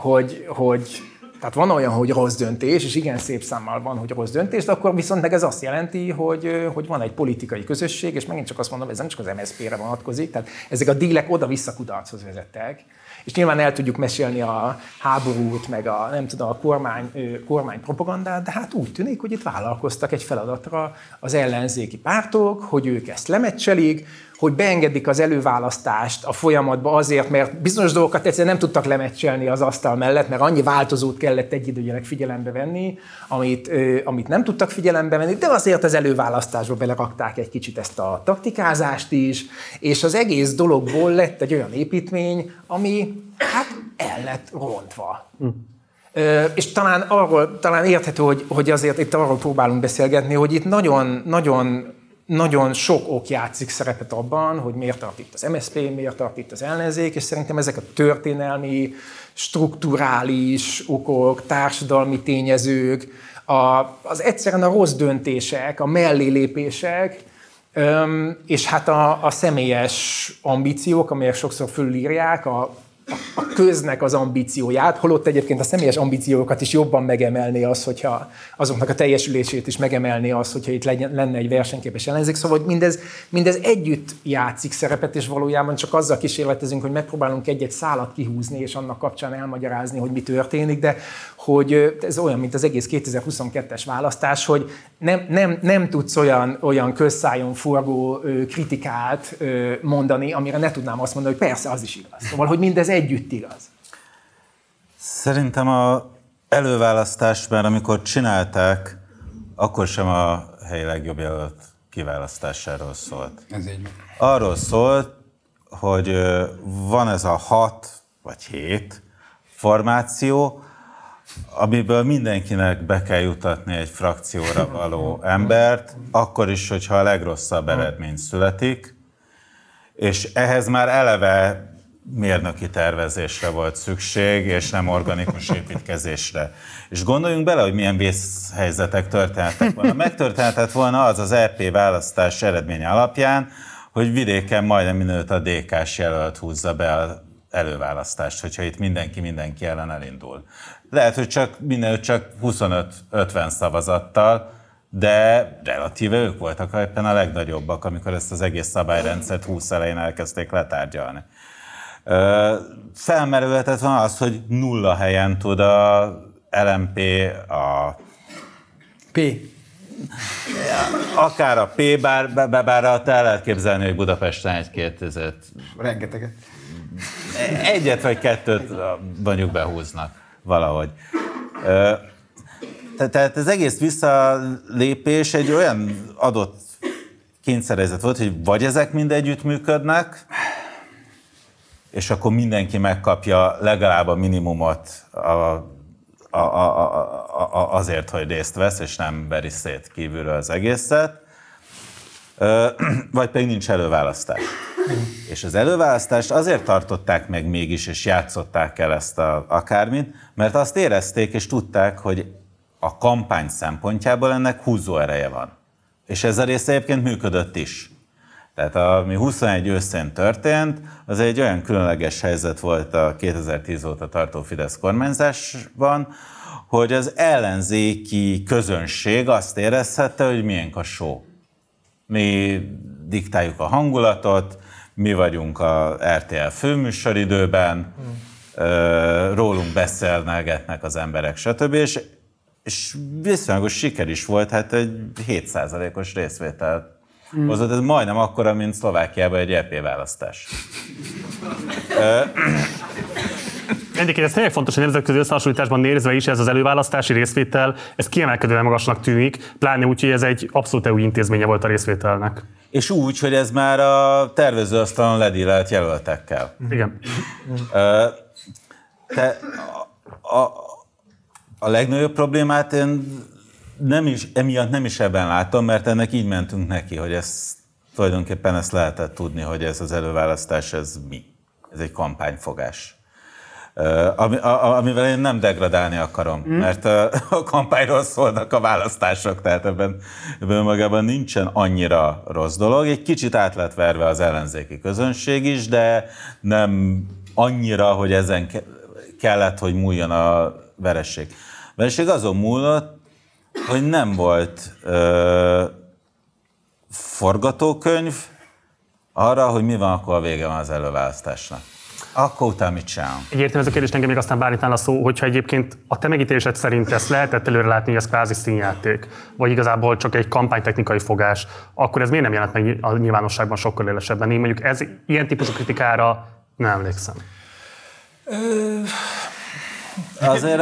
[SPEAKER 2] tehát van olyan, hogy rossz döntés, és igen szép számmal van, hogy rossz döntés, de akkor viszont meg ez azt jelenti, hogy van egy politikai közösség, és megint csak azt mondom, ez nem csak az MSZP-re vonatkozik, tehát ezek a dílek oda-vissza kudarchoz vezettek. És nyilván el tudjuk mesélni a háborút, meg a kormány propagandát, de hát úgy tűnik, hogy itt vállalkoztak egy feladatra az ellenzéki pártok, hogy ők ezt lemecselik, hogy beengedik az előválasztást a folyamatba azért, mert bizonyos dolgokat egyszerűen nem tudtak lemecselni az asztal mellett, mert annyi változót kellett egyidejűleg figyelembe venni, amit nem tudtak figyelembe venni, de azért az előválasztásba belerakták egy kicsit ezt a taktikázást is, és az egész dologból lett egy olyan építmény, ami hát el lett rontva. És talán érthető, hogy azért itt arról próbálunk beszélgetni, hogy itt nagyon sok ok játszik szerepet abban, hogy miért tart itt az MSZP, miért tart itt az ellenzék, és szerintem ezek a történelmi, strukturális okok, társadalmi tényezők, az egyszerűen a rossz döntések, a mellélépések, és hát a személyes ambíciók, amelyek sokszor fölírják a köznek az ambícióját, holott egyébként a személyes ambíciókat is jobban megemelné az, hogyha azoknak a teljesülését is megemelné az, hogyha itt lenne egy versenyképes ellenzék. Szóval hogy mindez együtt játszik szerepet, és valójában csak azzal kísérletezünk, hogy megpróbálunk egy-egy szálat kihúzni, és annak kapcsán elmagyarázni, hogy mi történik, de hogy ez olyan, mint az egész 2022-es választás, hogy nem tudsz olyan közszájon forgó kritikát mondani, amire ne tudnám azt mondani, hogy persze, az is igaz. Szóval, hogy mindez együtt igaz.
[SPEAKER 3] Szerintem az előválasztásban, amikor csinálták, akkor sem a helyi legjobb jelölt kiválasztásáról szólt.
[SPEAKER 4] Ez így.
[SPEAKER 3] Arról szólt, hogy van ez a 6 vagy 7 formáció, amiből mindenkinek be kell jutatni egy frakcióra való embert, akkor is, hogyha a legrosszabb eredmény születik, és ehhez már eleve mérnöki tervezésre volt szükség, és nem organikus építkezésre. És gondoljunk bele, hogy milyen vészhelyzetek történhettek volna. Megtörténhetett volna az EP választás eredménye alapján, hogy vidéken majdnem mindenütt a DK-s jelölt húzza be az előválasztást, hogyha itt mindenki ellen elindul. Lehet, hogy mindenütt csak 25-50 szavazattal, de relatíve ők voltak éppen a legnagyobbak, amikor ezt az egész szabályrendszert 20 elején elkezdték letárgyalni. Felmerülhetett van az, hogy 0 helyen tud a LMP,
[SPEAKER 4] P.
[SPEAKER 3] Akár a P, bár el lehet képzelni, hogy Budapesten egy-két
[SPEAKER 4] rengeteget.
[SPEAKER 3] Egyet vagy kettőt mondjuk behúznak valahogy. Tehát az egész visszalépés egy olyan adott kényszerhelyzet volt, hogy vagy ezek mind együtt működnek, és akkor mindenki megkapja legalább a minimumot azért, hogy részt vesz, és nem veri szét kívülről az egészet, vagy pedig nincs előválasztás. És az előválasztást azért tartották meg mégis, és játszották el ezt akármint, mert azt érezték és tudták, hogy a kampány szempontjából ennek húzó ereje van. És ez a része egyébként működött is. Tehát ami 21 őszén történt, az egy olyan különleges helyzet volt a 2010 óta tartó Fidesz kormányzásban, hogy az ellenzéki közönség azt érezhette, hogy miénk a show. Mi diktáljuk a hangulatot, mi vagyunk a RTL főműsoridőben, rólunk beszélgetnek az emberek, stb. És és viszonylag siker is volt, hát egy 7%-os részvételt hozott, ez majdnem akkora, mint Szlovákiában egy EP választás.
[SPEAKER 1] Egyébként ez tényleg fontos, hogy nemzetközi összehasonlításban nézve is ez az előválasztási részvétel, ez kiemelkedően magasnak tűnik, pláne úgy, hogy ez egy abszolút EU intézménye volt a részvételnek.
[SPEAKER 3] És úgy, hogy ez már a tervezőasztalon ledílelt jelöltekkel.
[SPEAKER 1] Igen.
[SPEAKER 3] A legnagyobb problémát én emiatt nem is ebben látom, mert ennek így mentünk neki, hogy tulajdonképpen ezt lehetett tudni, hogy ez az előválasztás, ez mi? Ez egy kampányfogás. Amivel én nem degradálni akarom, mert a kampányról szólnak a választások, tehát ebben magában nincsen annyira rossz dolog. Egy kicsit át lett verve az ellenzéki közönség is, de nem annyira, hogy ezen kellett, hogy múljon a veresség. A veresség azon múlott, hogy nem volt forgatókönyv arra, hogy mi van, akkor a vége van az előválasztásnak. Akkor utána mit csinálunk?
[SPEAKER 1] Egyértelmű ez a kérdés, engem még aztán Bálintán a szó, hogyha egyébként a te megítélésed szerint ezt lehetett előre látni, hogy ez kvázi színjáték, vagy igazából csak egy kampánytechnikai fogás, akkor ez miért nem jelent meg a nyilvánosságban sokkal élesebben? Én mondjuk ilyen típusú kritikára nem emlékszem.
[SPEAKER 3] Azért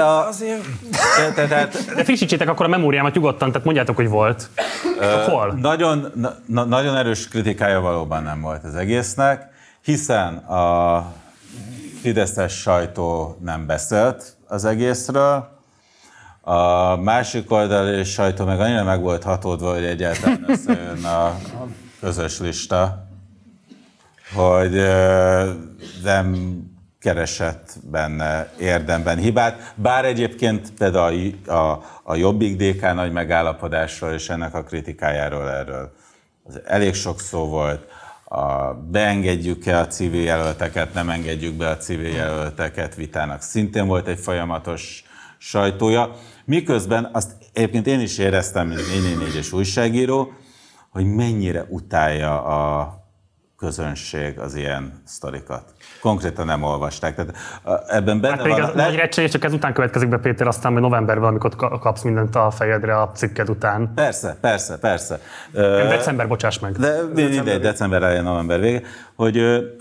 [SPEAKER 1] De frissítsétek akkor a memóriámat nyugodtan, tehát mondjátok, hogy volt. Hol?
[SPEAKER 3] Nagyon erős kritikája valóban nem volt az egésznek, hiszen a fideszes sajtó nem beszélt az egészről, a másik oldali sajtó meg annyira meg volt hatódva, hogy egyáltalán összejön a közös lista, hogy nem keresett benne érdemben hibát, bár egyébként például a Jobbik DK nagy megállapodásról és ennek a kritikájáról erről elég sok szó volt. Beengedjük-e a civil jelölteket, nem engedjük be a civil jelölteket vitának. Szintén volt egy folyamatos sajtója. Miközben azt egyébként én is éreztem, mint 444-es újságíró, hogy mennyire utálja a közönség az ilyen sztorikat. Konkrétan nem olvasták. Tehát ebben benne
[SPEAKER 1] hát van... Nagy recsés, csak ezután következik be, Péter, aztán majd novemberben, amikor kapsz mindent a fejedre a cikked után.
[SPEAKER 3] Persze.
[SPEAKER 1] December, bocsáss meg.
[SPEAKER 3] De mindegy, december elején, november vége, hogy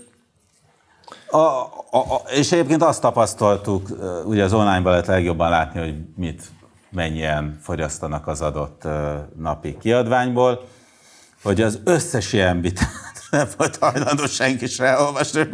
[SPEAKER 3] és egyébként azt tapasztaltuk, ugye az online-ban lehet legjobban látni, hogy mennyien fogyasztanak az adott napi kiadványból, hogy az összes ilyen bitát nem volt hajlandó senki se elolvasni,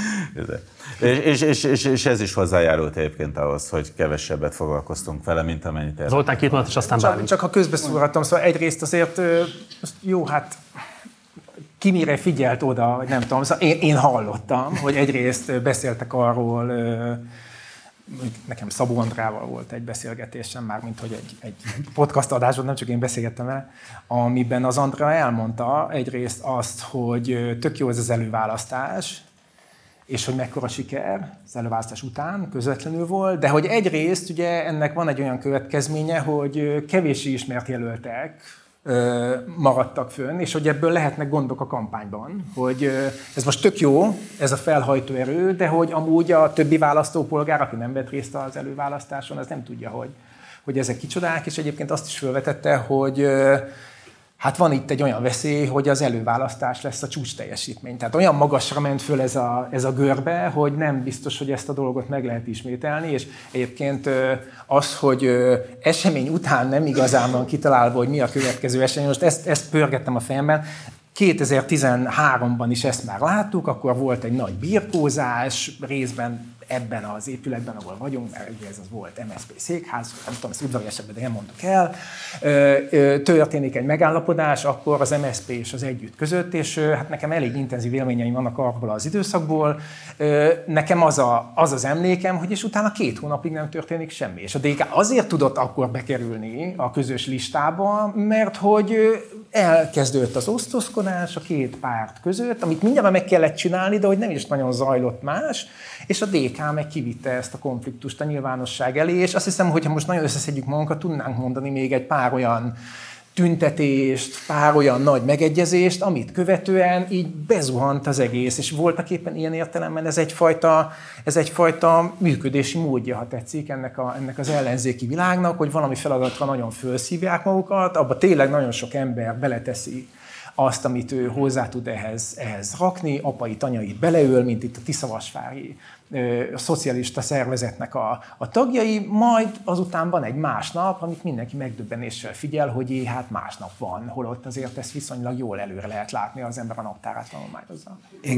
[SPEAKER 3] és ez is hozzájárult egyébként ahhoz, hogy kevesebbet foglalkoztunk vele, mint amennyit érdekel.
[SPEAKER 1] Zoltán 2 mondat, és aztán Bálint.
[SPEAKER 2] Csak ha közbeszúrhatom, szóval egyrészt azért jó, hát ki mire figyelt oda, nem tudom, szóval én hallottam, hogy egyrészt beszéltek arról, nekem Szabó Andrával volt egy beszélgetésem, mármint hogy egy podcast adásban, nem csak én beszélgettem vele, amiben az Andra elmondta egyrészt azt, hogy tök jó ez az előválasztás, és hogy mekkora siker az előválasztás után közvetlenül volt, de hogy egyrészt ugye ennek van egy olyan következménye, hogy kevéssé ismert jelöltek maradtak fönn, és hogy ebből lehetnek gondok a kampányban, hogy ez most tök jó, ez a felhajtó erő, de hogy amúgy a többi választópolgár, aki nem vett részt az előválasztáson, az nem tudja, hogy ezek kicsodák, és egyébként azt is felvetette, hogy hát van itt egy olyan veszély, hogy az előválasztás lesz a csúcs teljesítmény. Tehát olyan magasra ment föl ez a görbe, hogy nem biztos, hogy ezt a dolgot meg lehet ismételni, és egyébként az, hogy esemény után nem igazán van kitalálva, hogy mi a következő esemény, most ezt pörgettem a fejemben. 2013-ban is ezt már láttuk, akkor volt egy nagy birkózás, részben ebben az épületben, ahol vagyunk, mert ugye ez az volt MSZP székház, nem tudom, ezt udvariasabban, de nem mondok el, történik egy megállapodás, akkor az MSZP és az Együtt között, és hát nekem elég intenzív élményeim vannak abból az időszakból. Nekem az emlékem, hogy és utána 2 hónapig nem történik semmi. És a DK azért tudott akkor bekerülni a közös listába, mert hogy elkezdődött az osztozkodás a 2 párt között, amit mindjárt meg kellett csinálni, de hogy nem is nagyon zajlott más, és a DK meg kivitte ezt a konfliktust a nyilvánosság elé, és azt hiszem, hogy ha most nagyon összeszedjük magunkat, tudnánk mondani még egy pár olyan tüntetést, pár olyan nagy megegyezést, amit követően így bezuhant az egész, és voltak éppen ilyen értelemben ez egyfajta működési módja, ha tetszik, ennek az ellenzéki világnak, hogy valami feladatra nagyon felszívják magukat, abba tényleg nagyon sok ember beleteszi azt, amit ő hozzá tud ehhez rakni, apait, anyait beleöl, mint itt a Tiszavasvári szocialista szervezetnek a tagjai, majd azután van egy másnap, amit mindenki megdöbbenéssel figyel, hogy hát másnap van, holott azért ezt viszonylag jól előre lehet látni, az ember a naptárát tanulmányozza.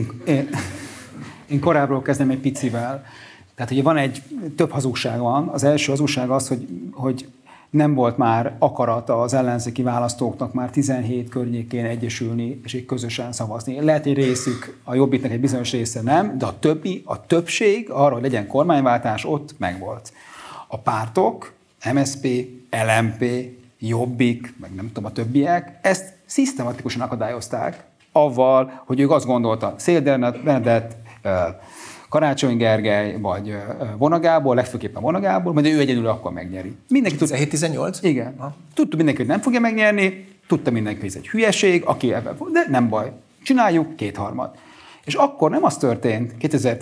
[SPEAKER 4] Én korábbról kezdem egy picivel. Tehát ugye több hazugság van. Az első hazugság az, hogy nem volt már akarata az ellenzéki választóknak már 17 környékén egyesülni és így közösen szavazni. Lehet, egy részük, a Jobbiknak egy bizonyos része nem, de a többség arra, hogy legyen kormányváltás, ott megvolt. A pártok, MSZP, LMP, Jobbik, meg nem tudom a többiek, ezt szisztematikusan akadályozták avval, hogy ők azt gondolta, Széll Bernadett, Karácsony Gergely, vagy Vona Gábor, legfőképpen Vona Gábor, majd ő egyedül akkor megnyeri.
[SPEAKER 2] 17-18?
[SPEAKER 4] Igen. Tudta mindenki, hogy nem fogja megnyerni, tudta mindenki, hogy ez egy hülyeség, aki ebben volt, de nem baj. Csináljuk, 2/3. És akkor nem az történt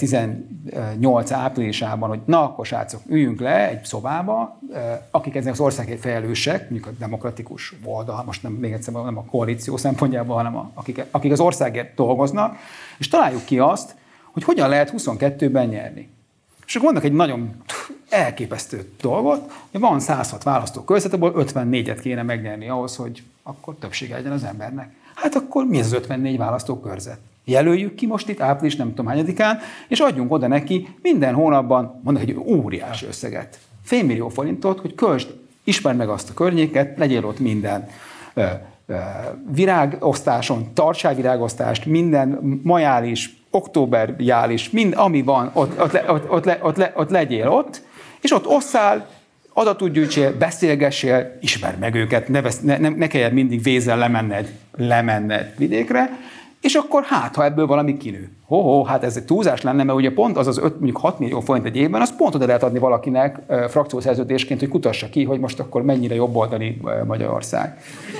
[SPEAKER 4] 2018 áprilisában, hogy na akkor srácok, üljünk le egy szobába, akik ezek az országért felelősek, mondjuk a demokratikus oldal, most még egyszer nem a koalíció szempontjából, hanem akik az országért dolgoznak, és találjuk ki azt, hogy hogyan lehet 22-ben nyerni. És akkor vannak egy nagyon elképesztő dolgot, hogy van 106 választókörzet, abból 54-et kéne megnyerni ahhoz, hogy akkor többsége legyen az embernek. Hát akkor mi ez az 54 választókörzet? Jelöljük ki most itt április nem tudom hányadikán, és adjunk oda neki minden hónapban, mondjuk egy óriási összeget. $500 000, hogy költsd, ismerd meg azt a környéket, legyél ott minden virágosztáson, tartsál virágosztást, minden majális, októberjális, mind ami van, ott legyél ott, és ott osszál, adatot gyűjtsél, beszélgessél, ismerd meg őket, ne kelljen mindig vézzel lemenned vidékre, és akkor ha ebből valami kinő. Hát ez egy túlzás lenne, mert ugye pont az mondjuk 6 millió forint egy évben, az pont oda lehet adni valakinek frakciószerződésként, hogy kutassa ki, hogy most akkor mennyire jobboldali Magyarország.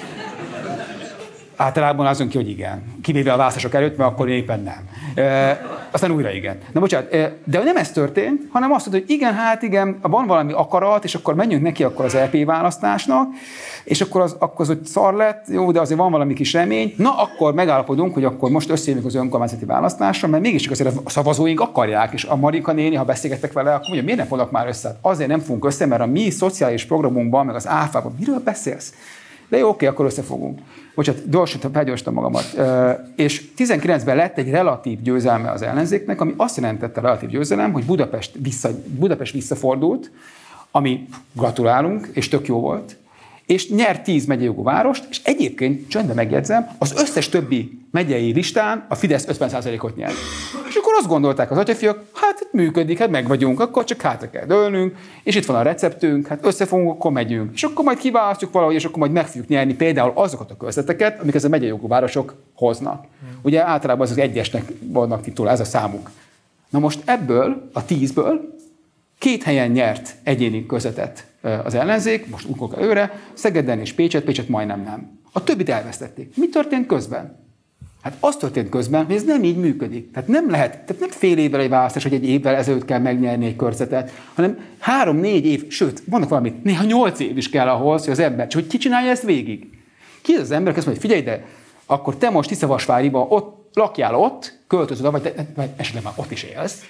[SPEAKER 4] Általában azon ki, hogy igen. Kivéve a választások előtt, mert akkor éppen nem. Aztán újra igen. Na bocsánat, de nem ez történt, hanem azt mondta, hogy igen, van valami akarat, és akkor menjünk neki akkor az EP választásnak, és akkor az hogy szar lett, jó, de azért van valami kis remény. Na, akkor megállapodunk, hogy akkor most összejövünk az önkormányzati választásra, mert mégiscsak azért a szavazóink akarják, és a Marika néni, ha beszélgettek vele, akkor mondja, miért nem fognak már össze? Azért nem fogunk össze, mert a mi szociális programunkban, meg az áfában, miről beszélsz? De jó, oké, akkor összefogunk. Bocsánat, felgyorsítom magamat. És 19-ben lett egy relatív győzelme az ellenzéknek, ami azt jelentette a relatív győzelem, hogy Budapest visszafordult, ami gratulálunk, és tök jó volt, és nyert 10 megyei jogú várost, és egyébként, csöndben megjegyzem, az összes többi megyei listán a Fidesz 50%-ot nyert. És akkor azt gondolták az atyafiak, hát működik, hát meg vagyunk, akkor csak hátra kell dőlnünk, és itt van a receptünk, hát összefogunk, akkor megyünk. És akkor majd kiválasztjuk valahogy, és akkor majd meg fogjuk nyerni például azokat a körzeteket, amik ez a megyei jogú városok hoznak. Ugye általában az egyesnek vannak titulál, ez a számuk. Na most ebből, a 10-ből 2 helyen nyert egyéni körzetet az ellenzék, most ugrok előre, Szegeden és Pécset majdnem nem. A többit elvesztették. Mi történt közben? Hát az történt közben, hogy ez nem így működik. Tehát nem fél évvel egy választás, hogy egy évvel ezelőtt kell megnyerni egy körzetet, hanem 3-4 év, sőt, vannak valami, néha 8 év is kell ahhoz, hogy az ember, csak hogy ki csinálja ezt végig? Ki az az ember, aki azt mondja, figyelj, de akkor te most Tiszavasváriban ott lakjál ott, költözöd, vagy esetleg már ott is élsz,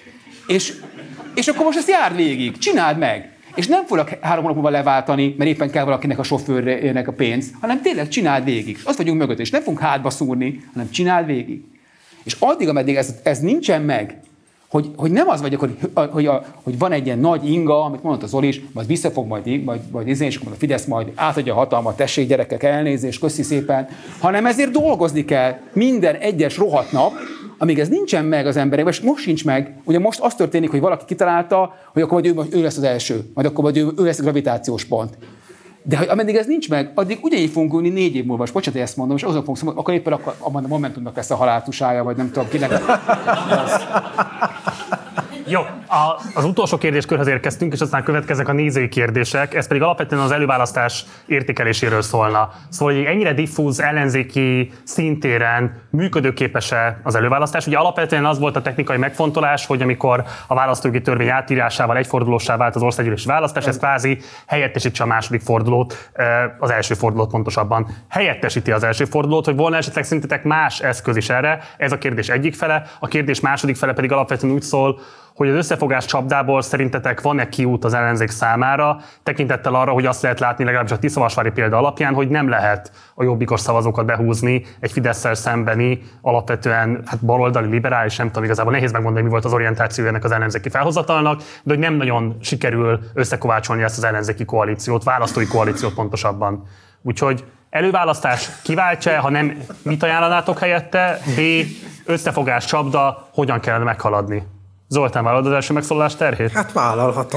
[SPEAKER 4] és akkor most ezt járd végig, csináld meg. És nem fogok 3 hónap múlva leváltani, mert éppen kell valakinek a sofőrnek a pénz, hanem tényleg csináld végig. Azt vagyunk mögött, és nem fogunk hátba szúrni, hanem csináld végig. És addig, ameddig ez nincsen meg, hogy nem az vagyok, hogy van egy ilyen nagy inga, amit mondott az Zoli is, majd visszafog majd és akkor a Fidesz majd átadja a hatalmat, tessék gyerekek, elnézést, köszi szépen, hanem ezért dolgozni kell minden egyes rohadt nap, amíg ez nincsen meg az emberekben, és most sincs meg, ugye most az történik, hogy valaki kitalálta, hogy akkor majd ő lesz az első, majd akkor majd ő lesz a gravitációs pont. De ameddig ez nincs meg, addig ugyanígy fogunk ülni 4 év múlva, és bocsánat, hogy ezt mondom, és azon fogunk szólni, akkor éppen a Momentumnak lesz a haláltusája, vagy nem tudom kinek.
[SPEAKER 1] Jó, az utolsó kérdéskörhöz érkeztünk, és aztán következnek a nézői kérdések, ez pedig alapvetően az előválasztás értékeléséről szólna. Szóval, hogy ennyire diffúz ellenzéki szintéren működőképes-e az előválasztás? Ugye alapvetően az volt a technikai megfontolás, hogy amikor a választójogi törvény átírásával egyfordulóssá vált az országgyűlési választás, ez kvázi helyettesítse a második fordulót, az első fordulót pontosabban. Helyettesíti az első fordulót, hogy volna esetleg szerintetek más eszköz is erre? Ez a kérdés egyik fele, a kérdés második fele pedig alapvetően úgy szól, hogy az összefogás csapdából szerintetek van-e kiút az ellenzék számára, tekintettel arra, hogy azt lehet látni legalábbis a Tiszavasvári példa alapján, hogy nem lehet a jobbikos szavazókat behúzni egy Fidesszel szembeni, alapvetően baloldali, liberális, nem tudom, igazából nehéz megmondani, mi volt az orientáció ennek az ellenzéki felhozatalnak, de hogy nem nagyon sikerül összekovácsolni ezt az ellenzéki koalíciót, választói koalíciót pontosabban. Úgyhogy előválasztás kiváltja, ha nem, mit ajánlanátok helyette? B. Összefogás csapda, hogyan kellene meghaladni? Zoltán, vállalod az első megszólalás terhét?
[SPEAKER 2] Hát vállalhatom.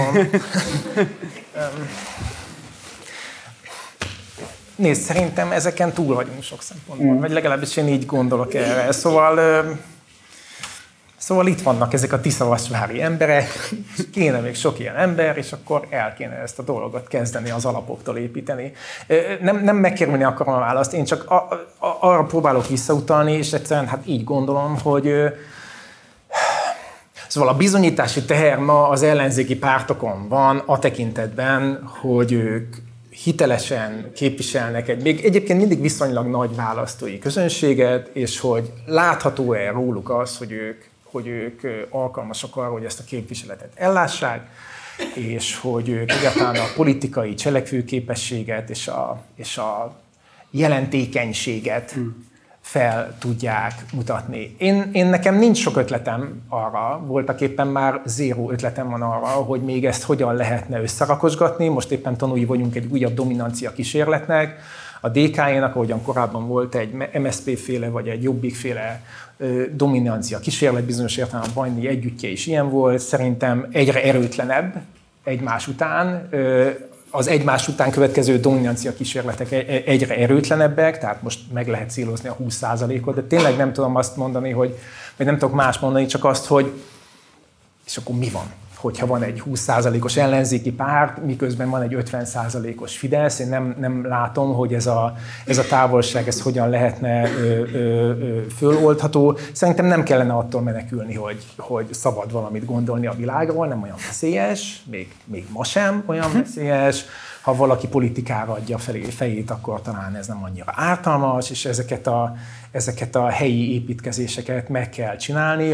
[SPEAKER 2] Nézd, szerintem ezeken túl vagyunk sok szempontból, vagy legalábbis én így gondolok erre. Szóval itt vannak ezek a tiszavasvári emberek, kéne még sok ilyen ember, és akkor el kéne ezt a dolgot kezdeni az alapoktól építeni. Nem megkerülni akarom a választ, én csak arra próbálok visszautalni, és egyszerűen hát így gondolom, hogy szóval a bizonyítási teher ma az ellenzéki pártokon van a tekintetben, hogy ők hitelesen képviselnek egy még egyébként mindig viszonylag nagy választói közönséget, és hogy látható-e róluk az, hogy ők alkalmasak arra, hogy ezt a képviseletet ellássák, és hogy ők egyáltalán a politikai cselekvőképességet és a jelentékenységet fel tudják mutatni. Én nekem nincs sok ötletem arra, voltak éppen már zéró ötletem van arra, hogy még ezt hogyan lehetne összerakosgatni. Most éppen tanúi vagyunk egy újabb dominancia kísérletnek. A DK-énak, ahogyan korábban volt egy MSZP-féle vagy egy Jobbik-féle dominancia kísérlet, bizonyos értelemben a Bajnai együttje is ilyen volt, szerintem egyre erőtlenebb egymás után. Az egymás után következő dominancia kísérletek egyre erőtlenebbek, tehát most meg lehet célozni a 20%-ot, de tényleg nem tudom azt mondani, vagy nem tudok más mondani, csak azt, hogy és akkor mi van, hogyha van egy 20%-os ellenzéki párt, miközben van egy 50%-os Fidesz, én nem látom, hogy ez a távolság, ez hogyan lehetne föloldható. Szerintem nem kellene attól menekülni, hogy szabad valamit gondolni a világról, nem olyan veszélyes, még ma sem olyan veszélyes. Ha valaki politikára adja fejét, akkor talán ez nem annyira ártalmas, és ezeket a helyi építkezéseket meg kell csinálni.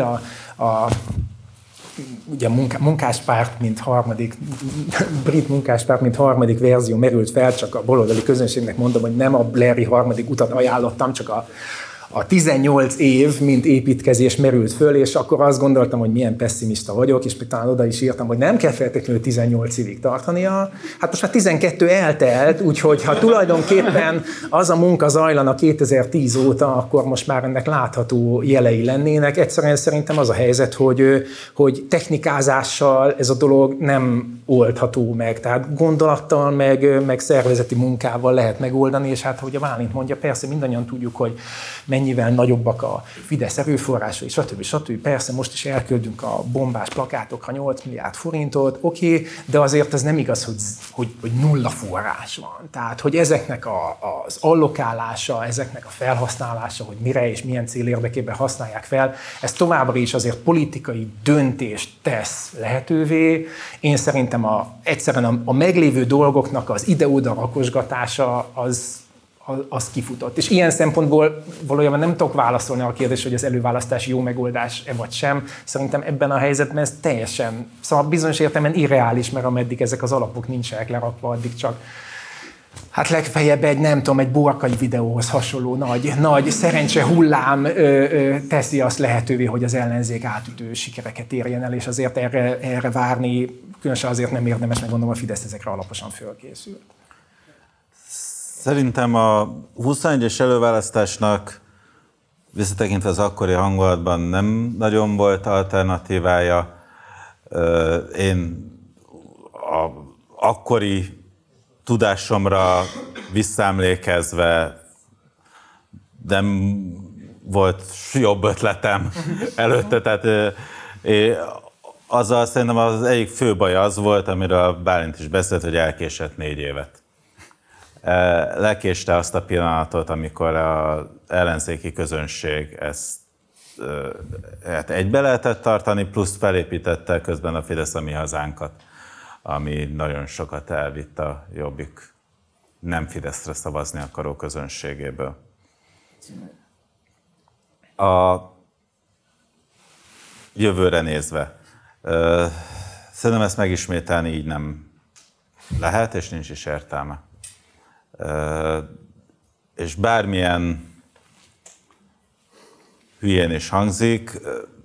[SPEAKER 2] Ugye munkáspárt, brit munkáspárt, mint harmadik verzió merült fel, csak a baloldali közönségnek mondom, hogy nem a Blairi harmadik utat ajánlottam, csak a 18 év, mint építkezés merült föl, és akkor azt gondoltam, hogy milyen pessimista vagyok, és talán oda is írtam, hogy nem kell feltétlenül 18 évig tartania. Hát most már 12 eltelt, úgyhogy ha tulajdonképpen az a munka zajlana 2010 óta, akkor most már ennek látható jelei lennének. Egyszerűen szerintem az a helyzet, hogy technikázással ez a dolog nem oldható meg. Tehát gondolattal, meg szervezeti munkával lehet megoldani, és hát, ahogy a Bálint mondja, persze mindannyian tudjuk, hogy mennyivel nagyobbak a Fidesz erőforrásai, stb. Persze most is elküldünk a bombás plakátokra 8 milliárd forintot, oké, de azért ez nem igaz, hogy nulla forrás van. Tehát, hogy ezeknek az allokálása, ezeknek a felhasználása, hogy mire és milyen cél érdekében használják fel, ez továbbra is azért politikai döntést tesz lehetővé. Én szerintem egyszerűen a meglévő dolgoknak az ide-oda rakosgatása az kifutott. És ilyen szempontból valójában nem tudok válaszolni a kérdésre, hogy az előválasztás jó megoldás-e vagy sem. Szerintem ebben a helyzetben ez teljesen, szóval bizonyos értelemben irreális, mert ameddig ezek az alapok nincsenek lerakva, addig csak hát legfeljebb egy borkai videóhoz hasonló nagy szerencse hullám teszi azt lehetővé, hogy az ellenzék átütő sikereket érjen el, és azért erre várni, különösen azért nem érdemes, meg gondolom a Fidesz ezekre alaposan fölkészült.
[SPEAKER 3] Szerintem a 21-es előválasztásnak visszatekintve az akkori hangulatban nem nagyon volt alternatívája. Én akkori tudásomra visszaemlékezve nem volt jobb ötletem előtte, tehát azzal szerintem az egyik fő baj az volt, amiről Bálint is beszélt, hogy elkésett 4 évet. Lekéste azt a pillanatot, amikor az ellenzéki közönség ezt hát egybe lehetett tartani, plusz felépítette közben a Fidesz a Mi Hazánkat, ami nagyon sokat elvitt a Jobbik nem Fideszre szavazni akaró közönségéből. A jövőre nézve, szerintem ezt megismételni így nem lehet, és nincs is értelme. És bármilyen hülyén is hangzik,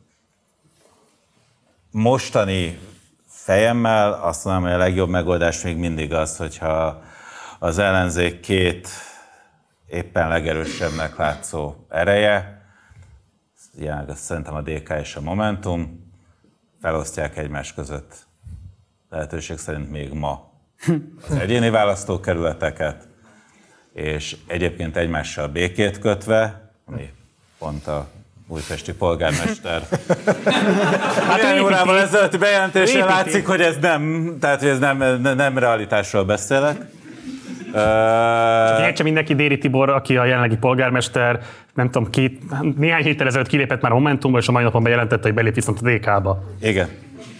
[SPEAKER 3] mostani fejemmel azt mondom, hogy a legjobb megoldás még mindig az, hogyha az ellenzék 2 éppen legerősebbnek látszó ereje, ilyen, szerintem a DK és a Momentum, felosztják egymás között lehetőség szerint még ma az egyéni választókerületeket, és egyébként egymással békét kötve, ami pont a újpesti polgármester néhány órával ezelőtti bejelentésen látszik, hogy ez nem, tehát hogy ez nem realitásról beszélek.
[SPEAKER 1] Csak értse mindenki, Déri Tibor, aki a jelenlegi polgármester, nem tudom, néhány héttel ezelőtt kilépett már a Momentumba, és a mai napon bejelentette, hogy belép viszont a DK-ba.
[SPEAKER 3] Igen.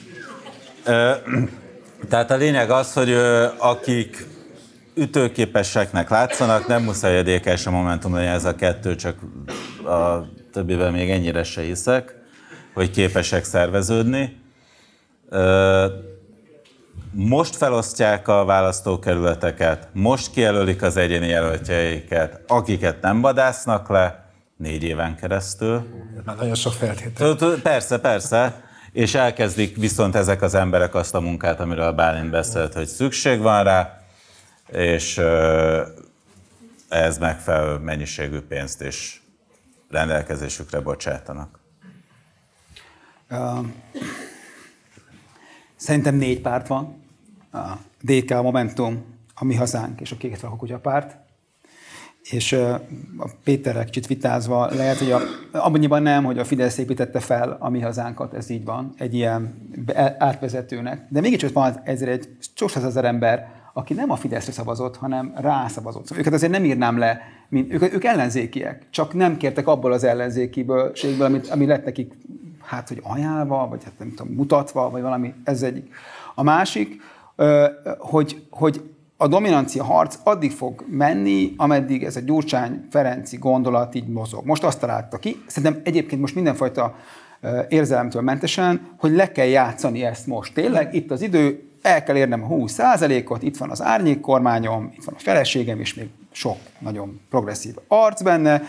[SPEAKER 3] Tehát a lényeg az, hogy akik ütőképeseknek látszanak, nem muszáj a DK és a Momentum legyen ez a 2, csak a többivel még ennyire se hiszek, hogy képesek szerveződni. Most felosztják a választókerületeket, most kijelölik az egyéni jelöltjeiket, akiket nem vadásznak le 4 éven keresztül.
[SPEAKER 2] Már nagyon sok feltétel.
[SPEAKER 3] Persze. És elkezdik viszont ezek az emberek azt a munkát, amiről Bálint beszélt, hogy szükség van rá, és ez megfelelő mennyiségű pénzt is rendelkezésükre bocsátanak.
[SPEAKER 4] Szerintem 4 párt van. A DK, a Momentum, a Mi Hazánk és a Kék Farkú Kutyapárt. És a Péterrel kicsit vitázva lehet, hogy abban nem, hogy a Fidesz építette fel a Mi Hazánkat, ez így van, egy ilyen átvezetőnek. De mégiscsak van egy sok százezer ember, aki nem a Fideszre szavazott, hanem rászavazott. Szóval őket azért nem írnám le, ők ellenzékiek, csak nem kértek abból az ellenzékiből, ami lett nekik, hát, hogy ajánlva, vagy hát nem tudom, mutatva, vagy valami, ez egyik. A másik, hogy a dominancia harc addig fog menni, ameddig ez a Gyurcsány-Ferenci gondolat így mozog. Most azt találta ki, szerintem egyébként most mindenfajta érzelemtől mentesen, hogy le kell játszani ezt most. Tényleg itt az idő, el kell érnem a 20%-ot, itt van az árnyékkormányom, itt van a feleségem, és még sok nagyon progresszív arc benne,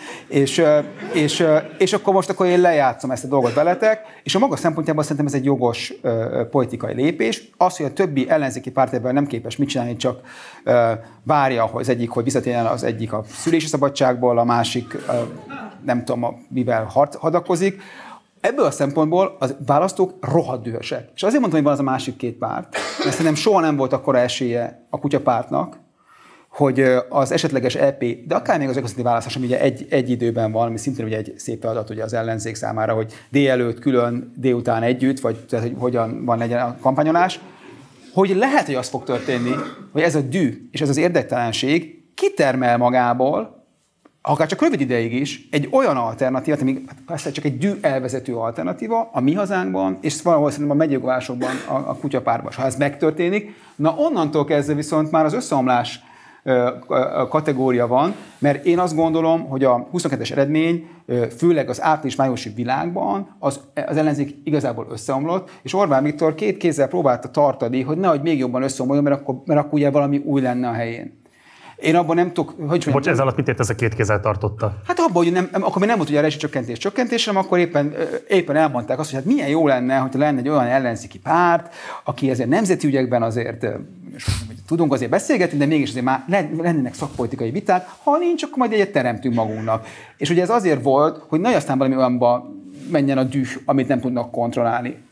[SPEAKER 4] és akkor én lejátszom ezt a dolgot veletek, és a maga szempontjából szerintem ez egy jogos politikai lépés. Az, hogy a többi ellenzéki párt ebben nem képes mit csinálni, csak várja, hogy az egyik, hogy visszatérjen az egyik a szülési szabadságból, a másik nem tudom, mivel hadakozik. Ebből a szempontból az választók rohadt dühösek. És azért mondtam, hogy van az a másik 2 párt, mert szerintem soha nem volt akkora esélye a kutyapártnak, hogy az esetleges EP, de akár még az önkormányzati választás, ami ugye egy időben van, ami szintén ugye egy szép feladat ugye az ellenzék számára, hogy délelőtt külön, délután együtt, vagy tehát, hogy hogyan van legyen a kampányolás, hogy lehet, hogy az fog történni, hogy ez a dű és ez az érdektelenség kitermel magából, akár csak rövid ideig is, egy olyan alternatívát, ami persze csak egy dű elvezető alternatíva a Mi Hazánkban, és valahol szerintem a megyőgvásokban, a kutyapárban. Ha ez megtörténik, na onnantól kezdve viszont már az összeomlás kategória van, mert én azt gondolom, hogy a 22-es eredmény, főleg az április-májusi világban az ellenzék igazából összeomlott, és Orbán Viktor 2 kézzel próbálta tartani, hogy nehogy még jobban összeomoljon, mert akkor ugye valami új lenne a helyén. Én abban nem tudok...
[SPEAKER 1] Bocs, ez alatt mit ért ez a 2 kézzel tartotta? Hát
[SPEAKER 4] abban, hogy akkor még nem volt ugye a rezsicsökkentés, hanem akkor éppen elmondták azt, hogy hát milyen jó lenne, hogyha lenne egy olyan ellenzéki párt, aki ezért nemzeti ügyekben azért tudunk azért beszélgetni, de mégis azért már lennének szakpolitikai viták, ha nincs, akkor majd egyet teremtünk magunknak. És ugye ez azért volt, hogy nagy aztán valami olyanba menjen a düh, amit nem tudnak kontrollálni.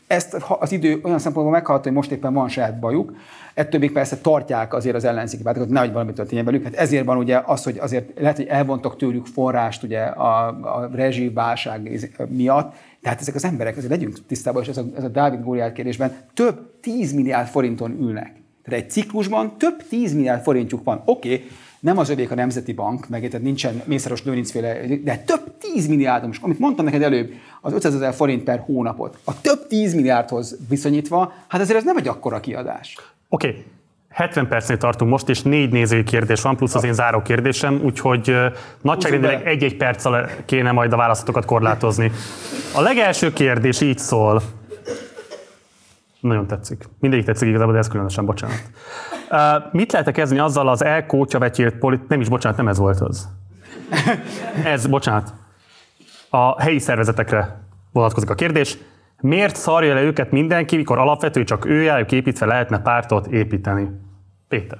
[SPEAKER 4] ezt az idő olyan szempontból meghaladta, hogy most éppen van saját bajuk, ettől még persze tartják azért az ellenzéki pártokat, nehogy valami történjen velük. Hát ezért van ugye az, hogy azért lehet, hogy elvontak tőlük forrást ugye a rezsiválság miatt, tehát ezek az emberek, azért legyünk tisztában, és ez a Dávid Góliát kérdésben több 10 milliárd forinton ülnek. Tehát egy ciklusban több 10 milliárd forintjuk van. Oké, nem az övék a Nemzeti Bank, meg tehát nincsen Mészáros Lőrincféle, de több 10 milliárd, most amit mondtam neked előbb, az 500 000 forint per hónapot, a több 10 milliárdhoz viszonyítva, hát azért ez nem egy akkora kiadás.
[SPEAKER 1] Oké. 70 percnél tartunk most, és 4 nézői kérdés van, plusz az én záró kérdésem, úgyhogy nagyságrendileg 1-1 perccel kéne majd a választokat korlátozni. A legelső kérdés így szól. Nagyon tetszik. Mindegyik tetszik igazából, de ez különösen, bocsánat. Mit lehet kezdeni azzal az elkócsavetyélt nem ez volt az. Bocsánat. A helyi szervezetekre vonatkozik a kérdés. Miért szarja le őket mindenki, mikor alapvető csak őjük építve lehetne pártot építeni? Péter.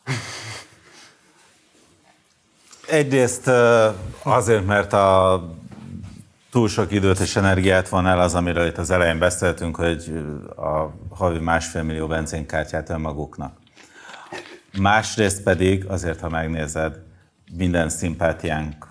[SPEAKER 3] Egyrészt azért, mert túl sok időt és energiát van el az, amiről itt az elején beszéltünk, hogy a havi 1,5 millió benzinkártyát önmaguknak. Másrészt pedig azért, ha megnézed, minden szimpátiánk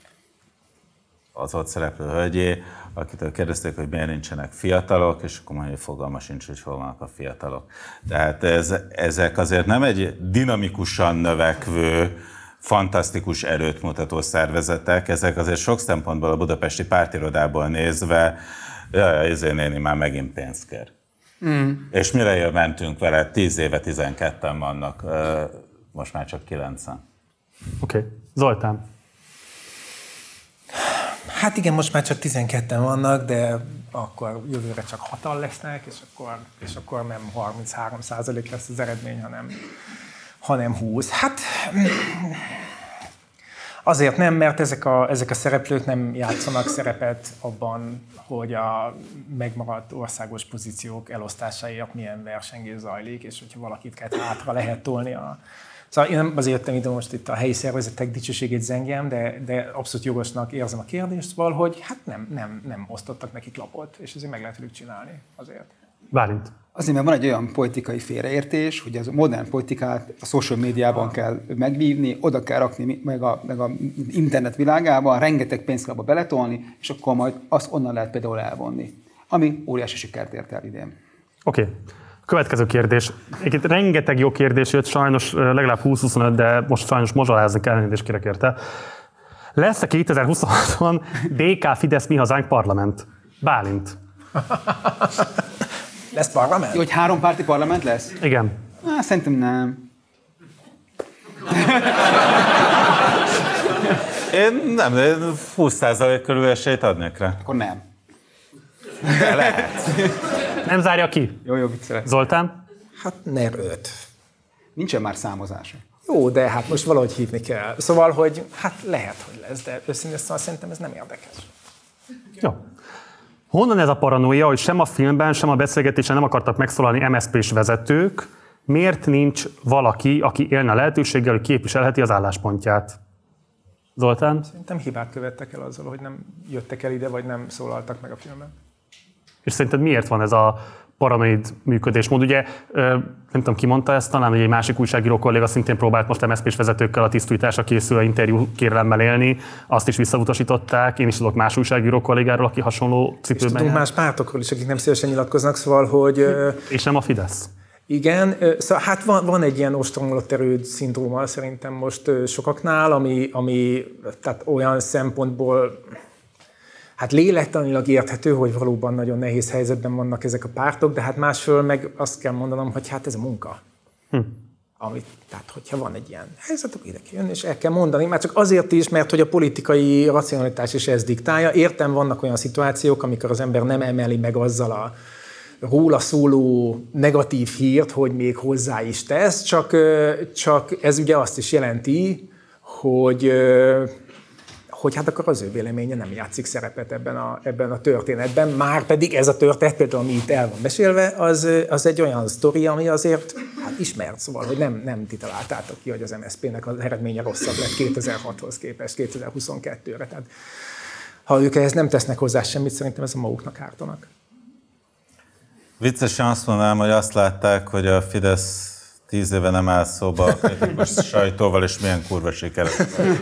[SPEAKER 3] az ott szereplő hölgyé, akitől kérdezték, hogy miért nincsenek fiatalok, és akkor mondja, hogy fogalma sincs, hogy hol vannak a fiatalok. Tehát ezek azért nem egy dinamikusan növekvő, fantasztikus erőt mutató szervezetek, ezek azért sok szempontból a budapesti pártirodából nézve, ezért néni már megint pénzt kér. És mire mentünk vele? 10 éve 12-en vannak, most már csak 9-en.
[SPEAKER 1] Oké. Zoltán.
[SPEAKER 2] Hát igen, most már csak 12-en vannak, de akkor jövőre csak 6-an lesznek, és akkor nem 33% lesz az eredmény, hanem 20. Hát azért nem, mert ezek a szereplők nem játszanak szerepet abban, hogy a megmaradt országos pozíciók elosztásáért milyen versengés zajlik, és hogyha valakit hátra lehet tolni Szóval én nem azért jöttem ide most itt a helyi szervezetek dicsőségét zengjem, de abszolút jogosnak érzem a kérdést, szóval, hogy hát nem osztottak nekik lapot, és ezért meg lehet velük csinálni azért.
[SPEAKER 1] Bálint.
[SPEAKER 4] Azért, mert van egy olyan politikai félreértés, hogy az modern politikát a social médiában kell megvívni, oda kell rakni meg a internet világában, rengeteg pénzt kell abba beletolni, és akkor majd azt onnan lehet például elvonni. Ami óriási sikert ért el idén.
[SPEAKER 1] Oké. Következő kérdés. Itt rengeteg jó kérdés jött, sajnos legalább 20-25, de most sajnos mozsalázni kell, elnézést kérek érte. Lesz-e 2026-ban DK Fidesz Mi Hazánk parlament? Bálint.
[SPEAKER 2] Lesz parlament?
[SPEAKER 4] Jó, hogy 3 párti parlament lesz?
[SPEAKER 1] Igen.
[SPEAKER 4] Szerintem nem.
[SPEAKER 3] Én 20% körül esélyt adnék rá.
[SPEAKER 4] Akkor nem.
[SPEAKER 3] De lehet.
[SPEAKER 1] Nem zárja ki?
[SPEAKER 4] Jó, viccelek.
[SPEAKER 1] Zoltán?
[SPEAKER 2] Hát NER 5.
[SPEAKER 4] Nincsen már számozása.
[SPEAKER 2] Jó, de hát most valahogy hívni kell. Szóval, hogy hát lehet, hogy lesz, de őszintén szóval szerintem ez nem érdekes.
[SPEAKER 1] Jó. Honnan ez a paranoia, hogy sem a filmben, sem a beszélgetésen nem akartak megszólalni MSZP-s vezetők? Miért nincs valaki, aki élne a lehetőséggel, hogy képviselheti az álláspontját? Zoltán?
[SPEAKER 2] Szerintem hibát követtek el azzal, hogy nem jöttek el ide, vagy nem szólaltak meg a filmben.
[SPEAKER 1] És szerinted miért van ez a paranoid működésmód? Ugye, nem tudom, ki mondta ezt, talán egy másik újságíró kolléga szintén próbált most MSZP-s vezetőkkel a tisztújításra készülő interjú kérelemmel élni, azt is visszautasították. Én is tudok más újságíró kollégáról, aki hasonló cipőben
[SPEAKER 2] és tudunk más pártokról is, akik nem szívesen nyilatkoznak, szóval, hogy...
[SPEAKER 1] És nem a Fidesz.
[SPEAKER 2] Igen, szóval hát van egy ilyen ostromolott erőd szindróma szerintem most sokaknál, ami tehát olyan szempontból hát lélektanilag érthető, hogy valóban nagyon nehéz helyzetben vannak ezek a pártok, de hát másfelől meg azt kell mondanom, hogy hát ez a munka. Tehát, hogyha van egy ilyen helyzet, akkor ide kell jönni, és el kell mondani, már csak azért is, mert hogy a politikai racionalitás is ezt diktálja. Értem, vannak olyan szituációk, amikor az ember nem emeli meg azzal a róla szóló negatív hírt, hogy még hozzá is tesz, csak ez ugye azt is jelenti, hogy hát akkor az ő véleménye nem játszik szerepet ebben a történetben, már pedig ez a történet, például ami itt el van mesélve, az egy olyan sztori, ami azért hát ismert, szóval, hogy nem ti találtátok ki, hogy az MSZP-nek az eredménye rosszabb lett 2006-hoz képest 2022-re. Tehát, ha ők ehhez nem tesznek hozzá semmit, szerintem ez a maguknak ártanak.
[SPEAKER 3] Viccesen azt mondanám, hogy azt látták, hogy a Fidesz 10 éve nem áll szóba a kritikus sajtóval, és milyen kurva sikeres.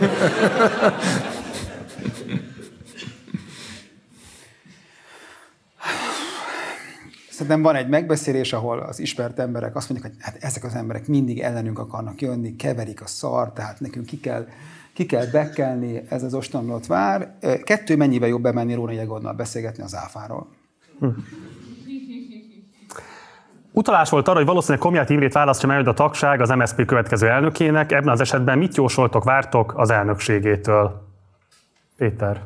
[SPEAKER 4] Szerintem van egy megbeszélés, ahol az ismert emberek azt mondják, hogy hát ezek az emberek mindig ellenünk akarnak jönni, keverik a szar, tehát nekünk ki kell bekkelni, ez az ostromlott vár. 2, mennyivel jobb bemenni Rónai Egonnal beszélgetni az áfáról?
[SPEAKER 1] Utalás volt arra, hogy valószínűleg Komjáti Imrét választja majd a tagság az MSZP következő elnökének. Ebben az esetben mit jósoltok, vártok az elnökségétől? Péter.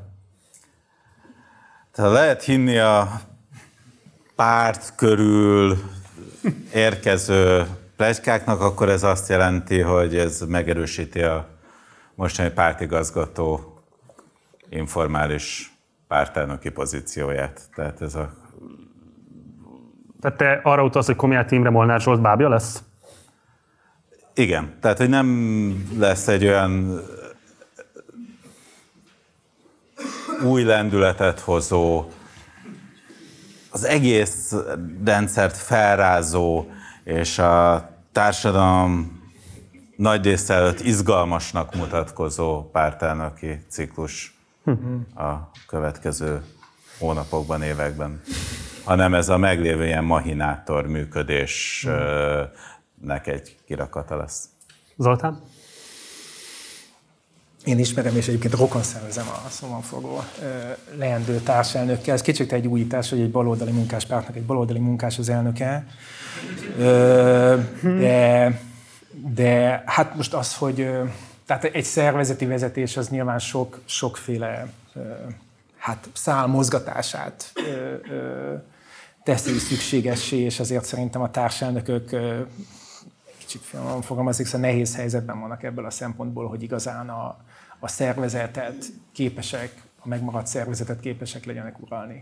[SPEAKER 3] Tehát lehet hinni a párt körül érkező pletykáknak, akkor ez azt jelenti, hogy ez megerősíti a mostani pártigazgató informális pártelnöki pozícióját. Tehát ez a...
[SPEAKER 1] Tehát te arra utalsz, hogy Komjáti Imre Molnár Zsolt bábja lesz?
[SPEAKER 3] Igen, tehát hogy nem lesz egy olyan új lendületet hozó, az egész rendszert felrázó és a társadalom nagy része előtt izgalmasnak mutatkozó pártelnöki ciklus a következő hónapokban, években, hanem ez a meglévő ilyen mahinátor működésnek egy kirakata lesz.
[SPEAKER 1] Zoltán?
[SPEAKER 2] Én ismerem, és egyébként rokon szervezem a szobanforgó leendő társelnökkel. Ez kicsit egy újítás, hogy egy baloldali munkáspártnak egy baloldali munkás az elnöke. De hát most az, hogy tehát egy szervezeti vezetés az nyilván sokféle szál mozgatását teszi szükségessé, és azért szerintem a társelnökök kicsit finoman fogalmazik, szóval nehéz helyzetben vannak ebből a szempontból, hogy igazán a szervezetet képesek, a megmaradt szervezetet képesek legyenek uralni.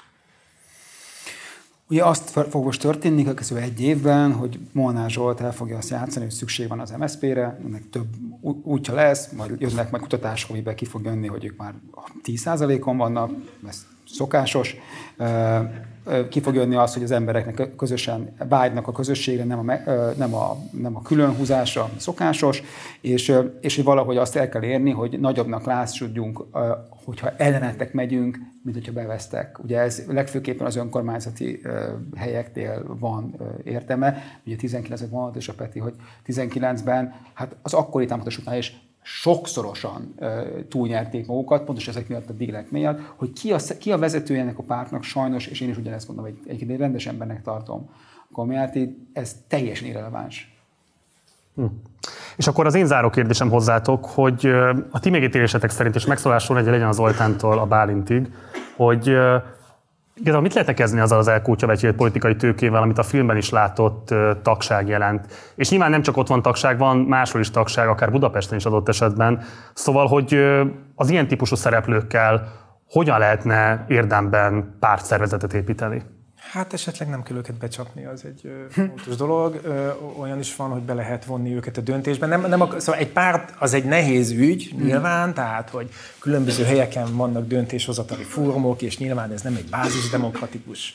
[SPEAKER 4] Ugye azt fog most történni a következő 1 évben, hogy Molnár Zsolt el fogja azt játszani, hogy szükség van az MSZP-re, ennek több útja lesz, majd jönnek majd kutatások, amiben ki fog jönni, hogy ők már 10%-on vannak, ez szokásos. Ki fog jönni az, hogy az embereknek közösen vágynak a közösségre, nem a különhúzásra, szokásos, és hogy valahogy azt el kell érni, hogy nagyobbnak lássudjunk, hogyha ellenetek megyünk, mint hogyha bevesztek. Ugye ez legfőképpen az önkormányzati helyeknél van értelme. Ugye 19-ben mondott és a Peti, hogy 19-ben hát az akkori támogatásoknál is sokszorosan túlnyerték magukat, pontosan ezek miatt a dílek miatt, hogy ki a vezetője ennek a pártnak sajnos, és én is ugyanezt mondom, hogy egyébként egy rendes embernek tartom Komjáti, ez teljesen irreleváns.
[SPEAKER 1] És akkor az én záró kérdésem hozzátok, hogy a ti megítélésetek szerint, és megszólásról legyen az Zoltántól a Bálintig, hogy igazából mit lehetne kezdeni azzal az elkultyavetjét politikai tőkével, amit a filmben is látott tagság jelent. És nyilván nem csak ott van tagság, van máshol is tagság, akár Budapesten is adott esetben. Szóval, hogy az ilyen típusú szereplőkkel hogyan lehetne érdemben pártszervezetet építeni?
[SPEAKER 2] Hát esetleg nem kell őket becsapni, az egy fontos dolog. Olyan is van, hogy be lehet vonni őket a döntésben. Szóval egy párt az egy nehéz ügy, nyilván, tehát hogy különböző helyeken vannak döntéshozatali fórumok, és nyilván ez nem egy bázisdemokratikus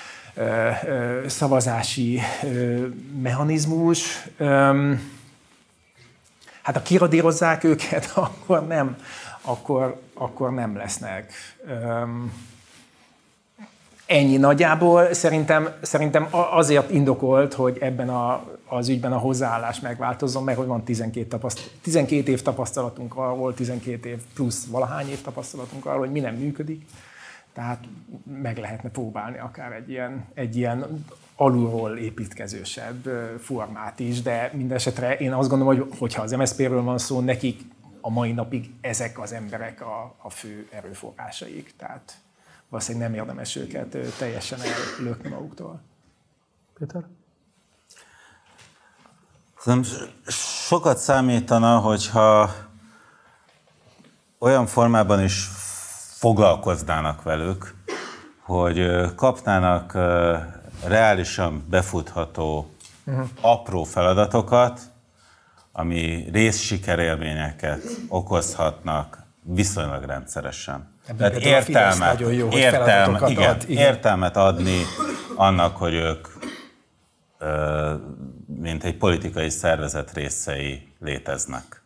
[SPEAKER 2] szavazási mechanizmus. Hát ha kiradírozzák őket, akkor nem lesznek. Ennyi nagyjából. Szerintem azért indokolt, hogy ebben az ügyben a hozzáállás megváltozzon, mert hogy van 12 év tapasztalatunk arról, 12 év plusz valahány év tapasztalatunk arról, hogy mi nem működik. Tehát meg lehetne próbálni akár egy ilyen alulról építkezősebb formát is, de mindesetre én azt gondolom, hogy hogyha az MSZP-ről van szó, nekik a mai napig ezek az emberek a fő erőforrásaik. Tehát valószínűleg nem érdemes őket teljesen ellökni maguktól.
[SPEAKER 1] Péter?
[SPEAKER 3] Sokat számítana, hogyha olyan formában is foglalkoznának velük, hogy kapnának reálisan befutható apró feladatokat, ami részsikerélményeket okozhatnak viszonylag rendszeresen. Tehát értelmet adni annak, hogy ők mint egy politikai szervezet részei léteznek.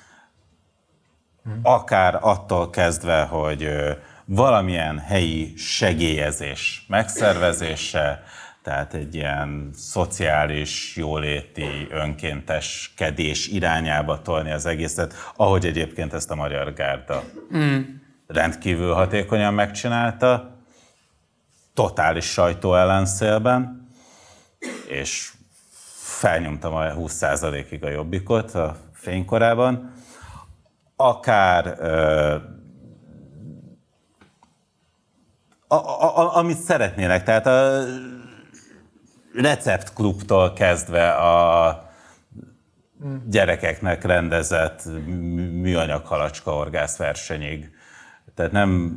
[SPEAKER 3] Akár attól kezdve, hogy valamilyen helyi segélyezés megszervezése, tehát egy ilyen szociális, jóléti, önkénteskedés irányába tolni az egészet, ahogy egyébként ezt a Magyar Gárda rendkívül hatékonyan megcsinálta, totális sajtóellenszélben, és felnyomtam a 20%-ig a Jobbikot a fénykorában, akár amit szeretnének, tehát a receptklubtól kezdve a gyerekeknek rendezett műanyag halacska orgászversenyig. Tehát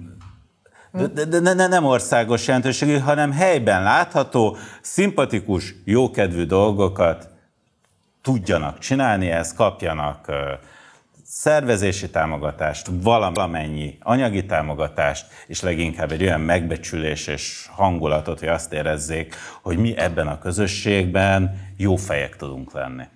[SPEAKER 3] nem országos jelentőségű, hanem helyben látható, szimpatikus, jókedvű dolgokat tudjanak csinálni, ezt kapjanak szervezési támogatást, valamennyi anyagi támogatást, és leginkább egy olyan megbecsülés és hangulatot, hogy azt érezzék, hogy mi ebben a közösségben jó fejek tudunk lenni.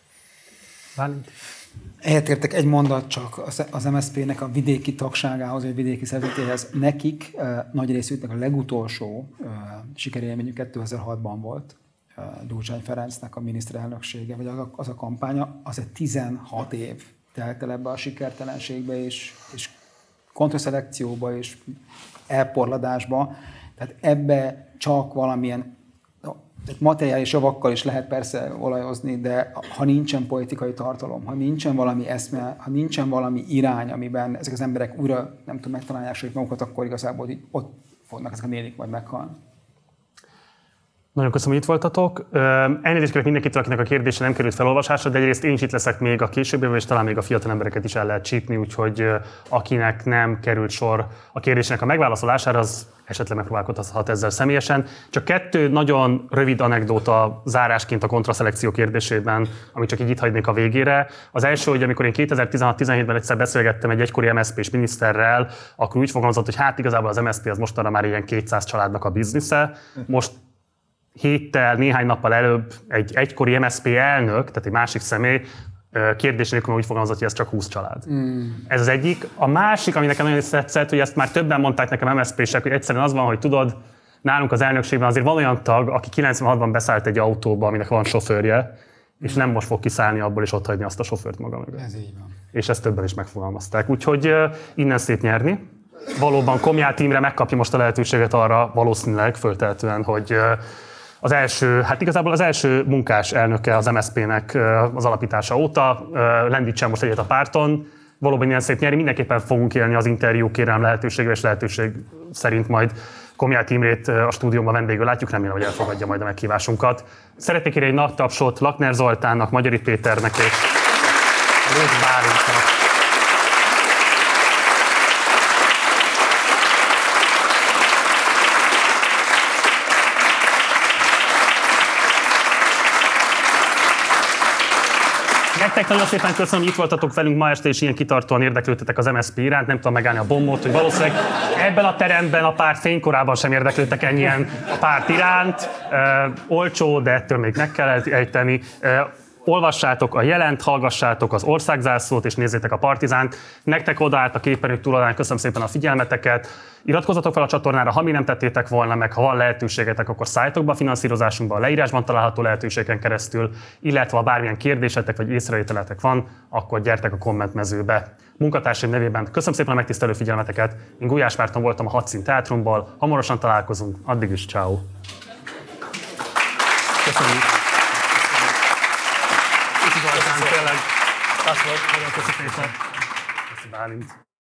[SPEAKER 4] Egyetértek egy mondat csak az MSZP-nek a vidéki tagságához, vagy vidéki szervezetéhez. Nekik nagy részüknek a legutolsó sikerélményük 2006-ban volt. Gyurcsány Ferencnek a miniszterelnöksége, vagy az a kampánya, az egy 16 év telt el ebbe a sikertelenségbe, és kontraszelekcióba, és elporladásba. Tehát ebbe csak valamilyen materiális javakkal is lehet persze olajozni, de ha nincsen politikai tartalom, ha nincsen valami eszme, ha nincsen valami irány, amiben ezek az emberek újra, nem tudom, megtalálják saját magukat, akkor igazából ott fognak ezek a nénik majd meghalni.
[SPEAKER 1] Nagyon köszönöm, hogy itt voltatok. Elnézést kérek mindenkitől, akinek a kérdése nem került felolvasásra, de egyrészt én is itt leszek még a későbbiekben, és talán még a fiatal embereket is el lehet csípni, úgyhogy akinek nem került sor a kérdésének a megválaszolására, az esetleg megpróbálkozhat ezzel személyesen. Csak 2 nagyon rövid anekdóta zárásként a kontraszelekció kérdésében, amit csak így itt hagynék a végére. Az első, hogy amikor én 2016-17-ben egyszer beszélgettem egy egykori MSZP-s miniszterrel, akkor úgy fogalmazott, hogy hát igazából az MSZP az mostanra már ilyen 200 családnak a biznisze. Most héttel, néhány nappal előbb egy egykori MSZP elnök, tehát egy másik személy, kérdés nélkül úgy fogalmazott, hogy ez csak 20 család. Ez az egyik. A másik, ami nekem nagyon tetszett, hogy ezt már többen mondták nekem MSZP-sek, hogy egyszerűen az van, hogy tudod, nálunk az elnökségben azért van olyan tag, aki 96-ban beszállt egy autóba, aminek van sofőrje, és nem most fog kiszállni abból, és otthagyni azt a sofőrt maga mögött.
[SPEAKER 4] Ez így van.
[SPEAKER 1] És ezt többen is megfogalmazták. Úgyhogy innen szép nyerni. Valóban Komját Imre megkapja most a lehetőséget arra valószínűleg föltehetően, hogy az első, hát igazából az első munkás elnöke az MSZP-nek az alapítása óta, lendítsen most egyet a párton, valóban ilyen szép nyerni, mindenképpen fogunk élni az interjú kérelem lehetőségével, és lehetőség szerint majd Komját Imrét a stúdióban vendégül látjuk, remélem, hogy elfogadja majd a meghívásunkat. Szeretnék kérni egy nagy tapsot Lakner Zoltánnak, Magyari Péternek és Lóth Bálintnak. Nektek nagyon szépen köszönöm, hogy itt voltatok velünk ma este, és ilyen kitartóan érdeklődtetek az MSZP iránt. Nem tudom megállni a bombot, hogy valószínűleg ebben a teremben a párt fénykorában sem érdeklődtek ennyien a párt iránt. Olcsó, de ettől még meg kell ejteni. Olvassátok a Jelent, hallgassátok az Országzászlót, és nézzétek a Partizánt. Nektek odaállt a képernyők túloldalán, köszönöm szépen a figyelmeteket. Iratkozzatok fel a csatornára, ha mi nem tettétek volna meg, ha van lehetőségetek, akkor szálljatok be a finanszírozásunkba, a leírásban található lehetőségen keresztül, illetve ha bármilyen kérdésetek vagy észrevételetek van, akkor gyertek a kommentmezőbe. Munkatársaim nevében köszönöm szépen a megtisztelő figyelmeteket. Én Gulyás Márton voltam a Hadszín Teátrumból, hamarosan találkozunk, addig is ciao. Köszönjük. Tényleg, az volt, nagyon köszönöm. Köszönöm, Bálint.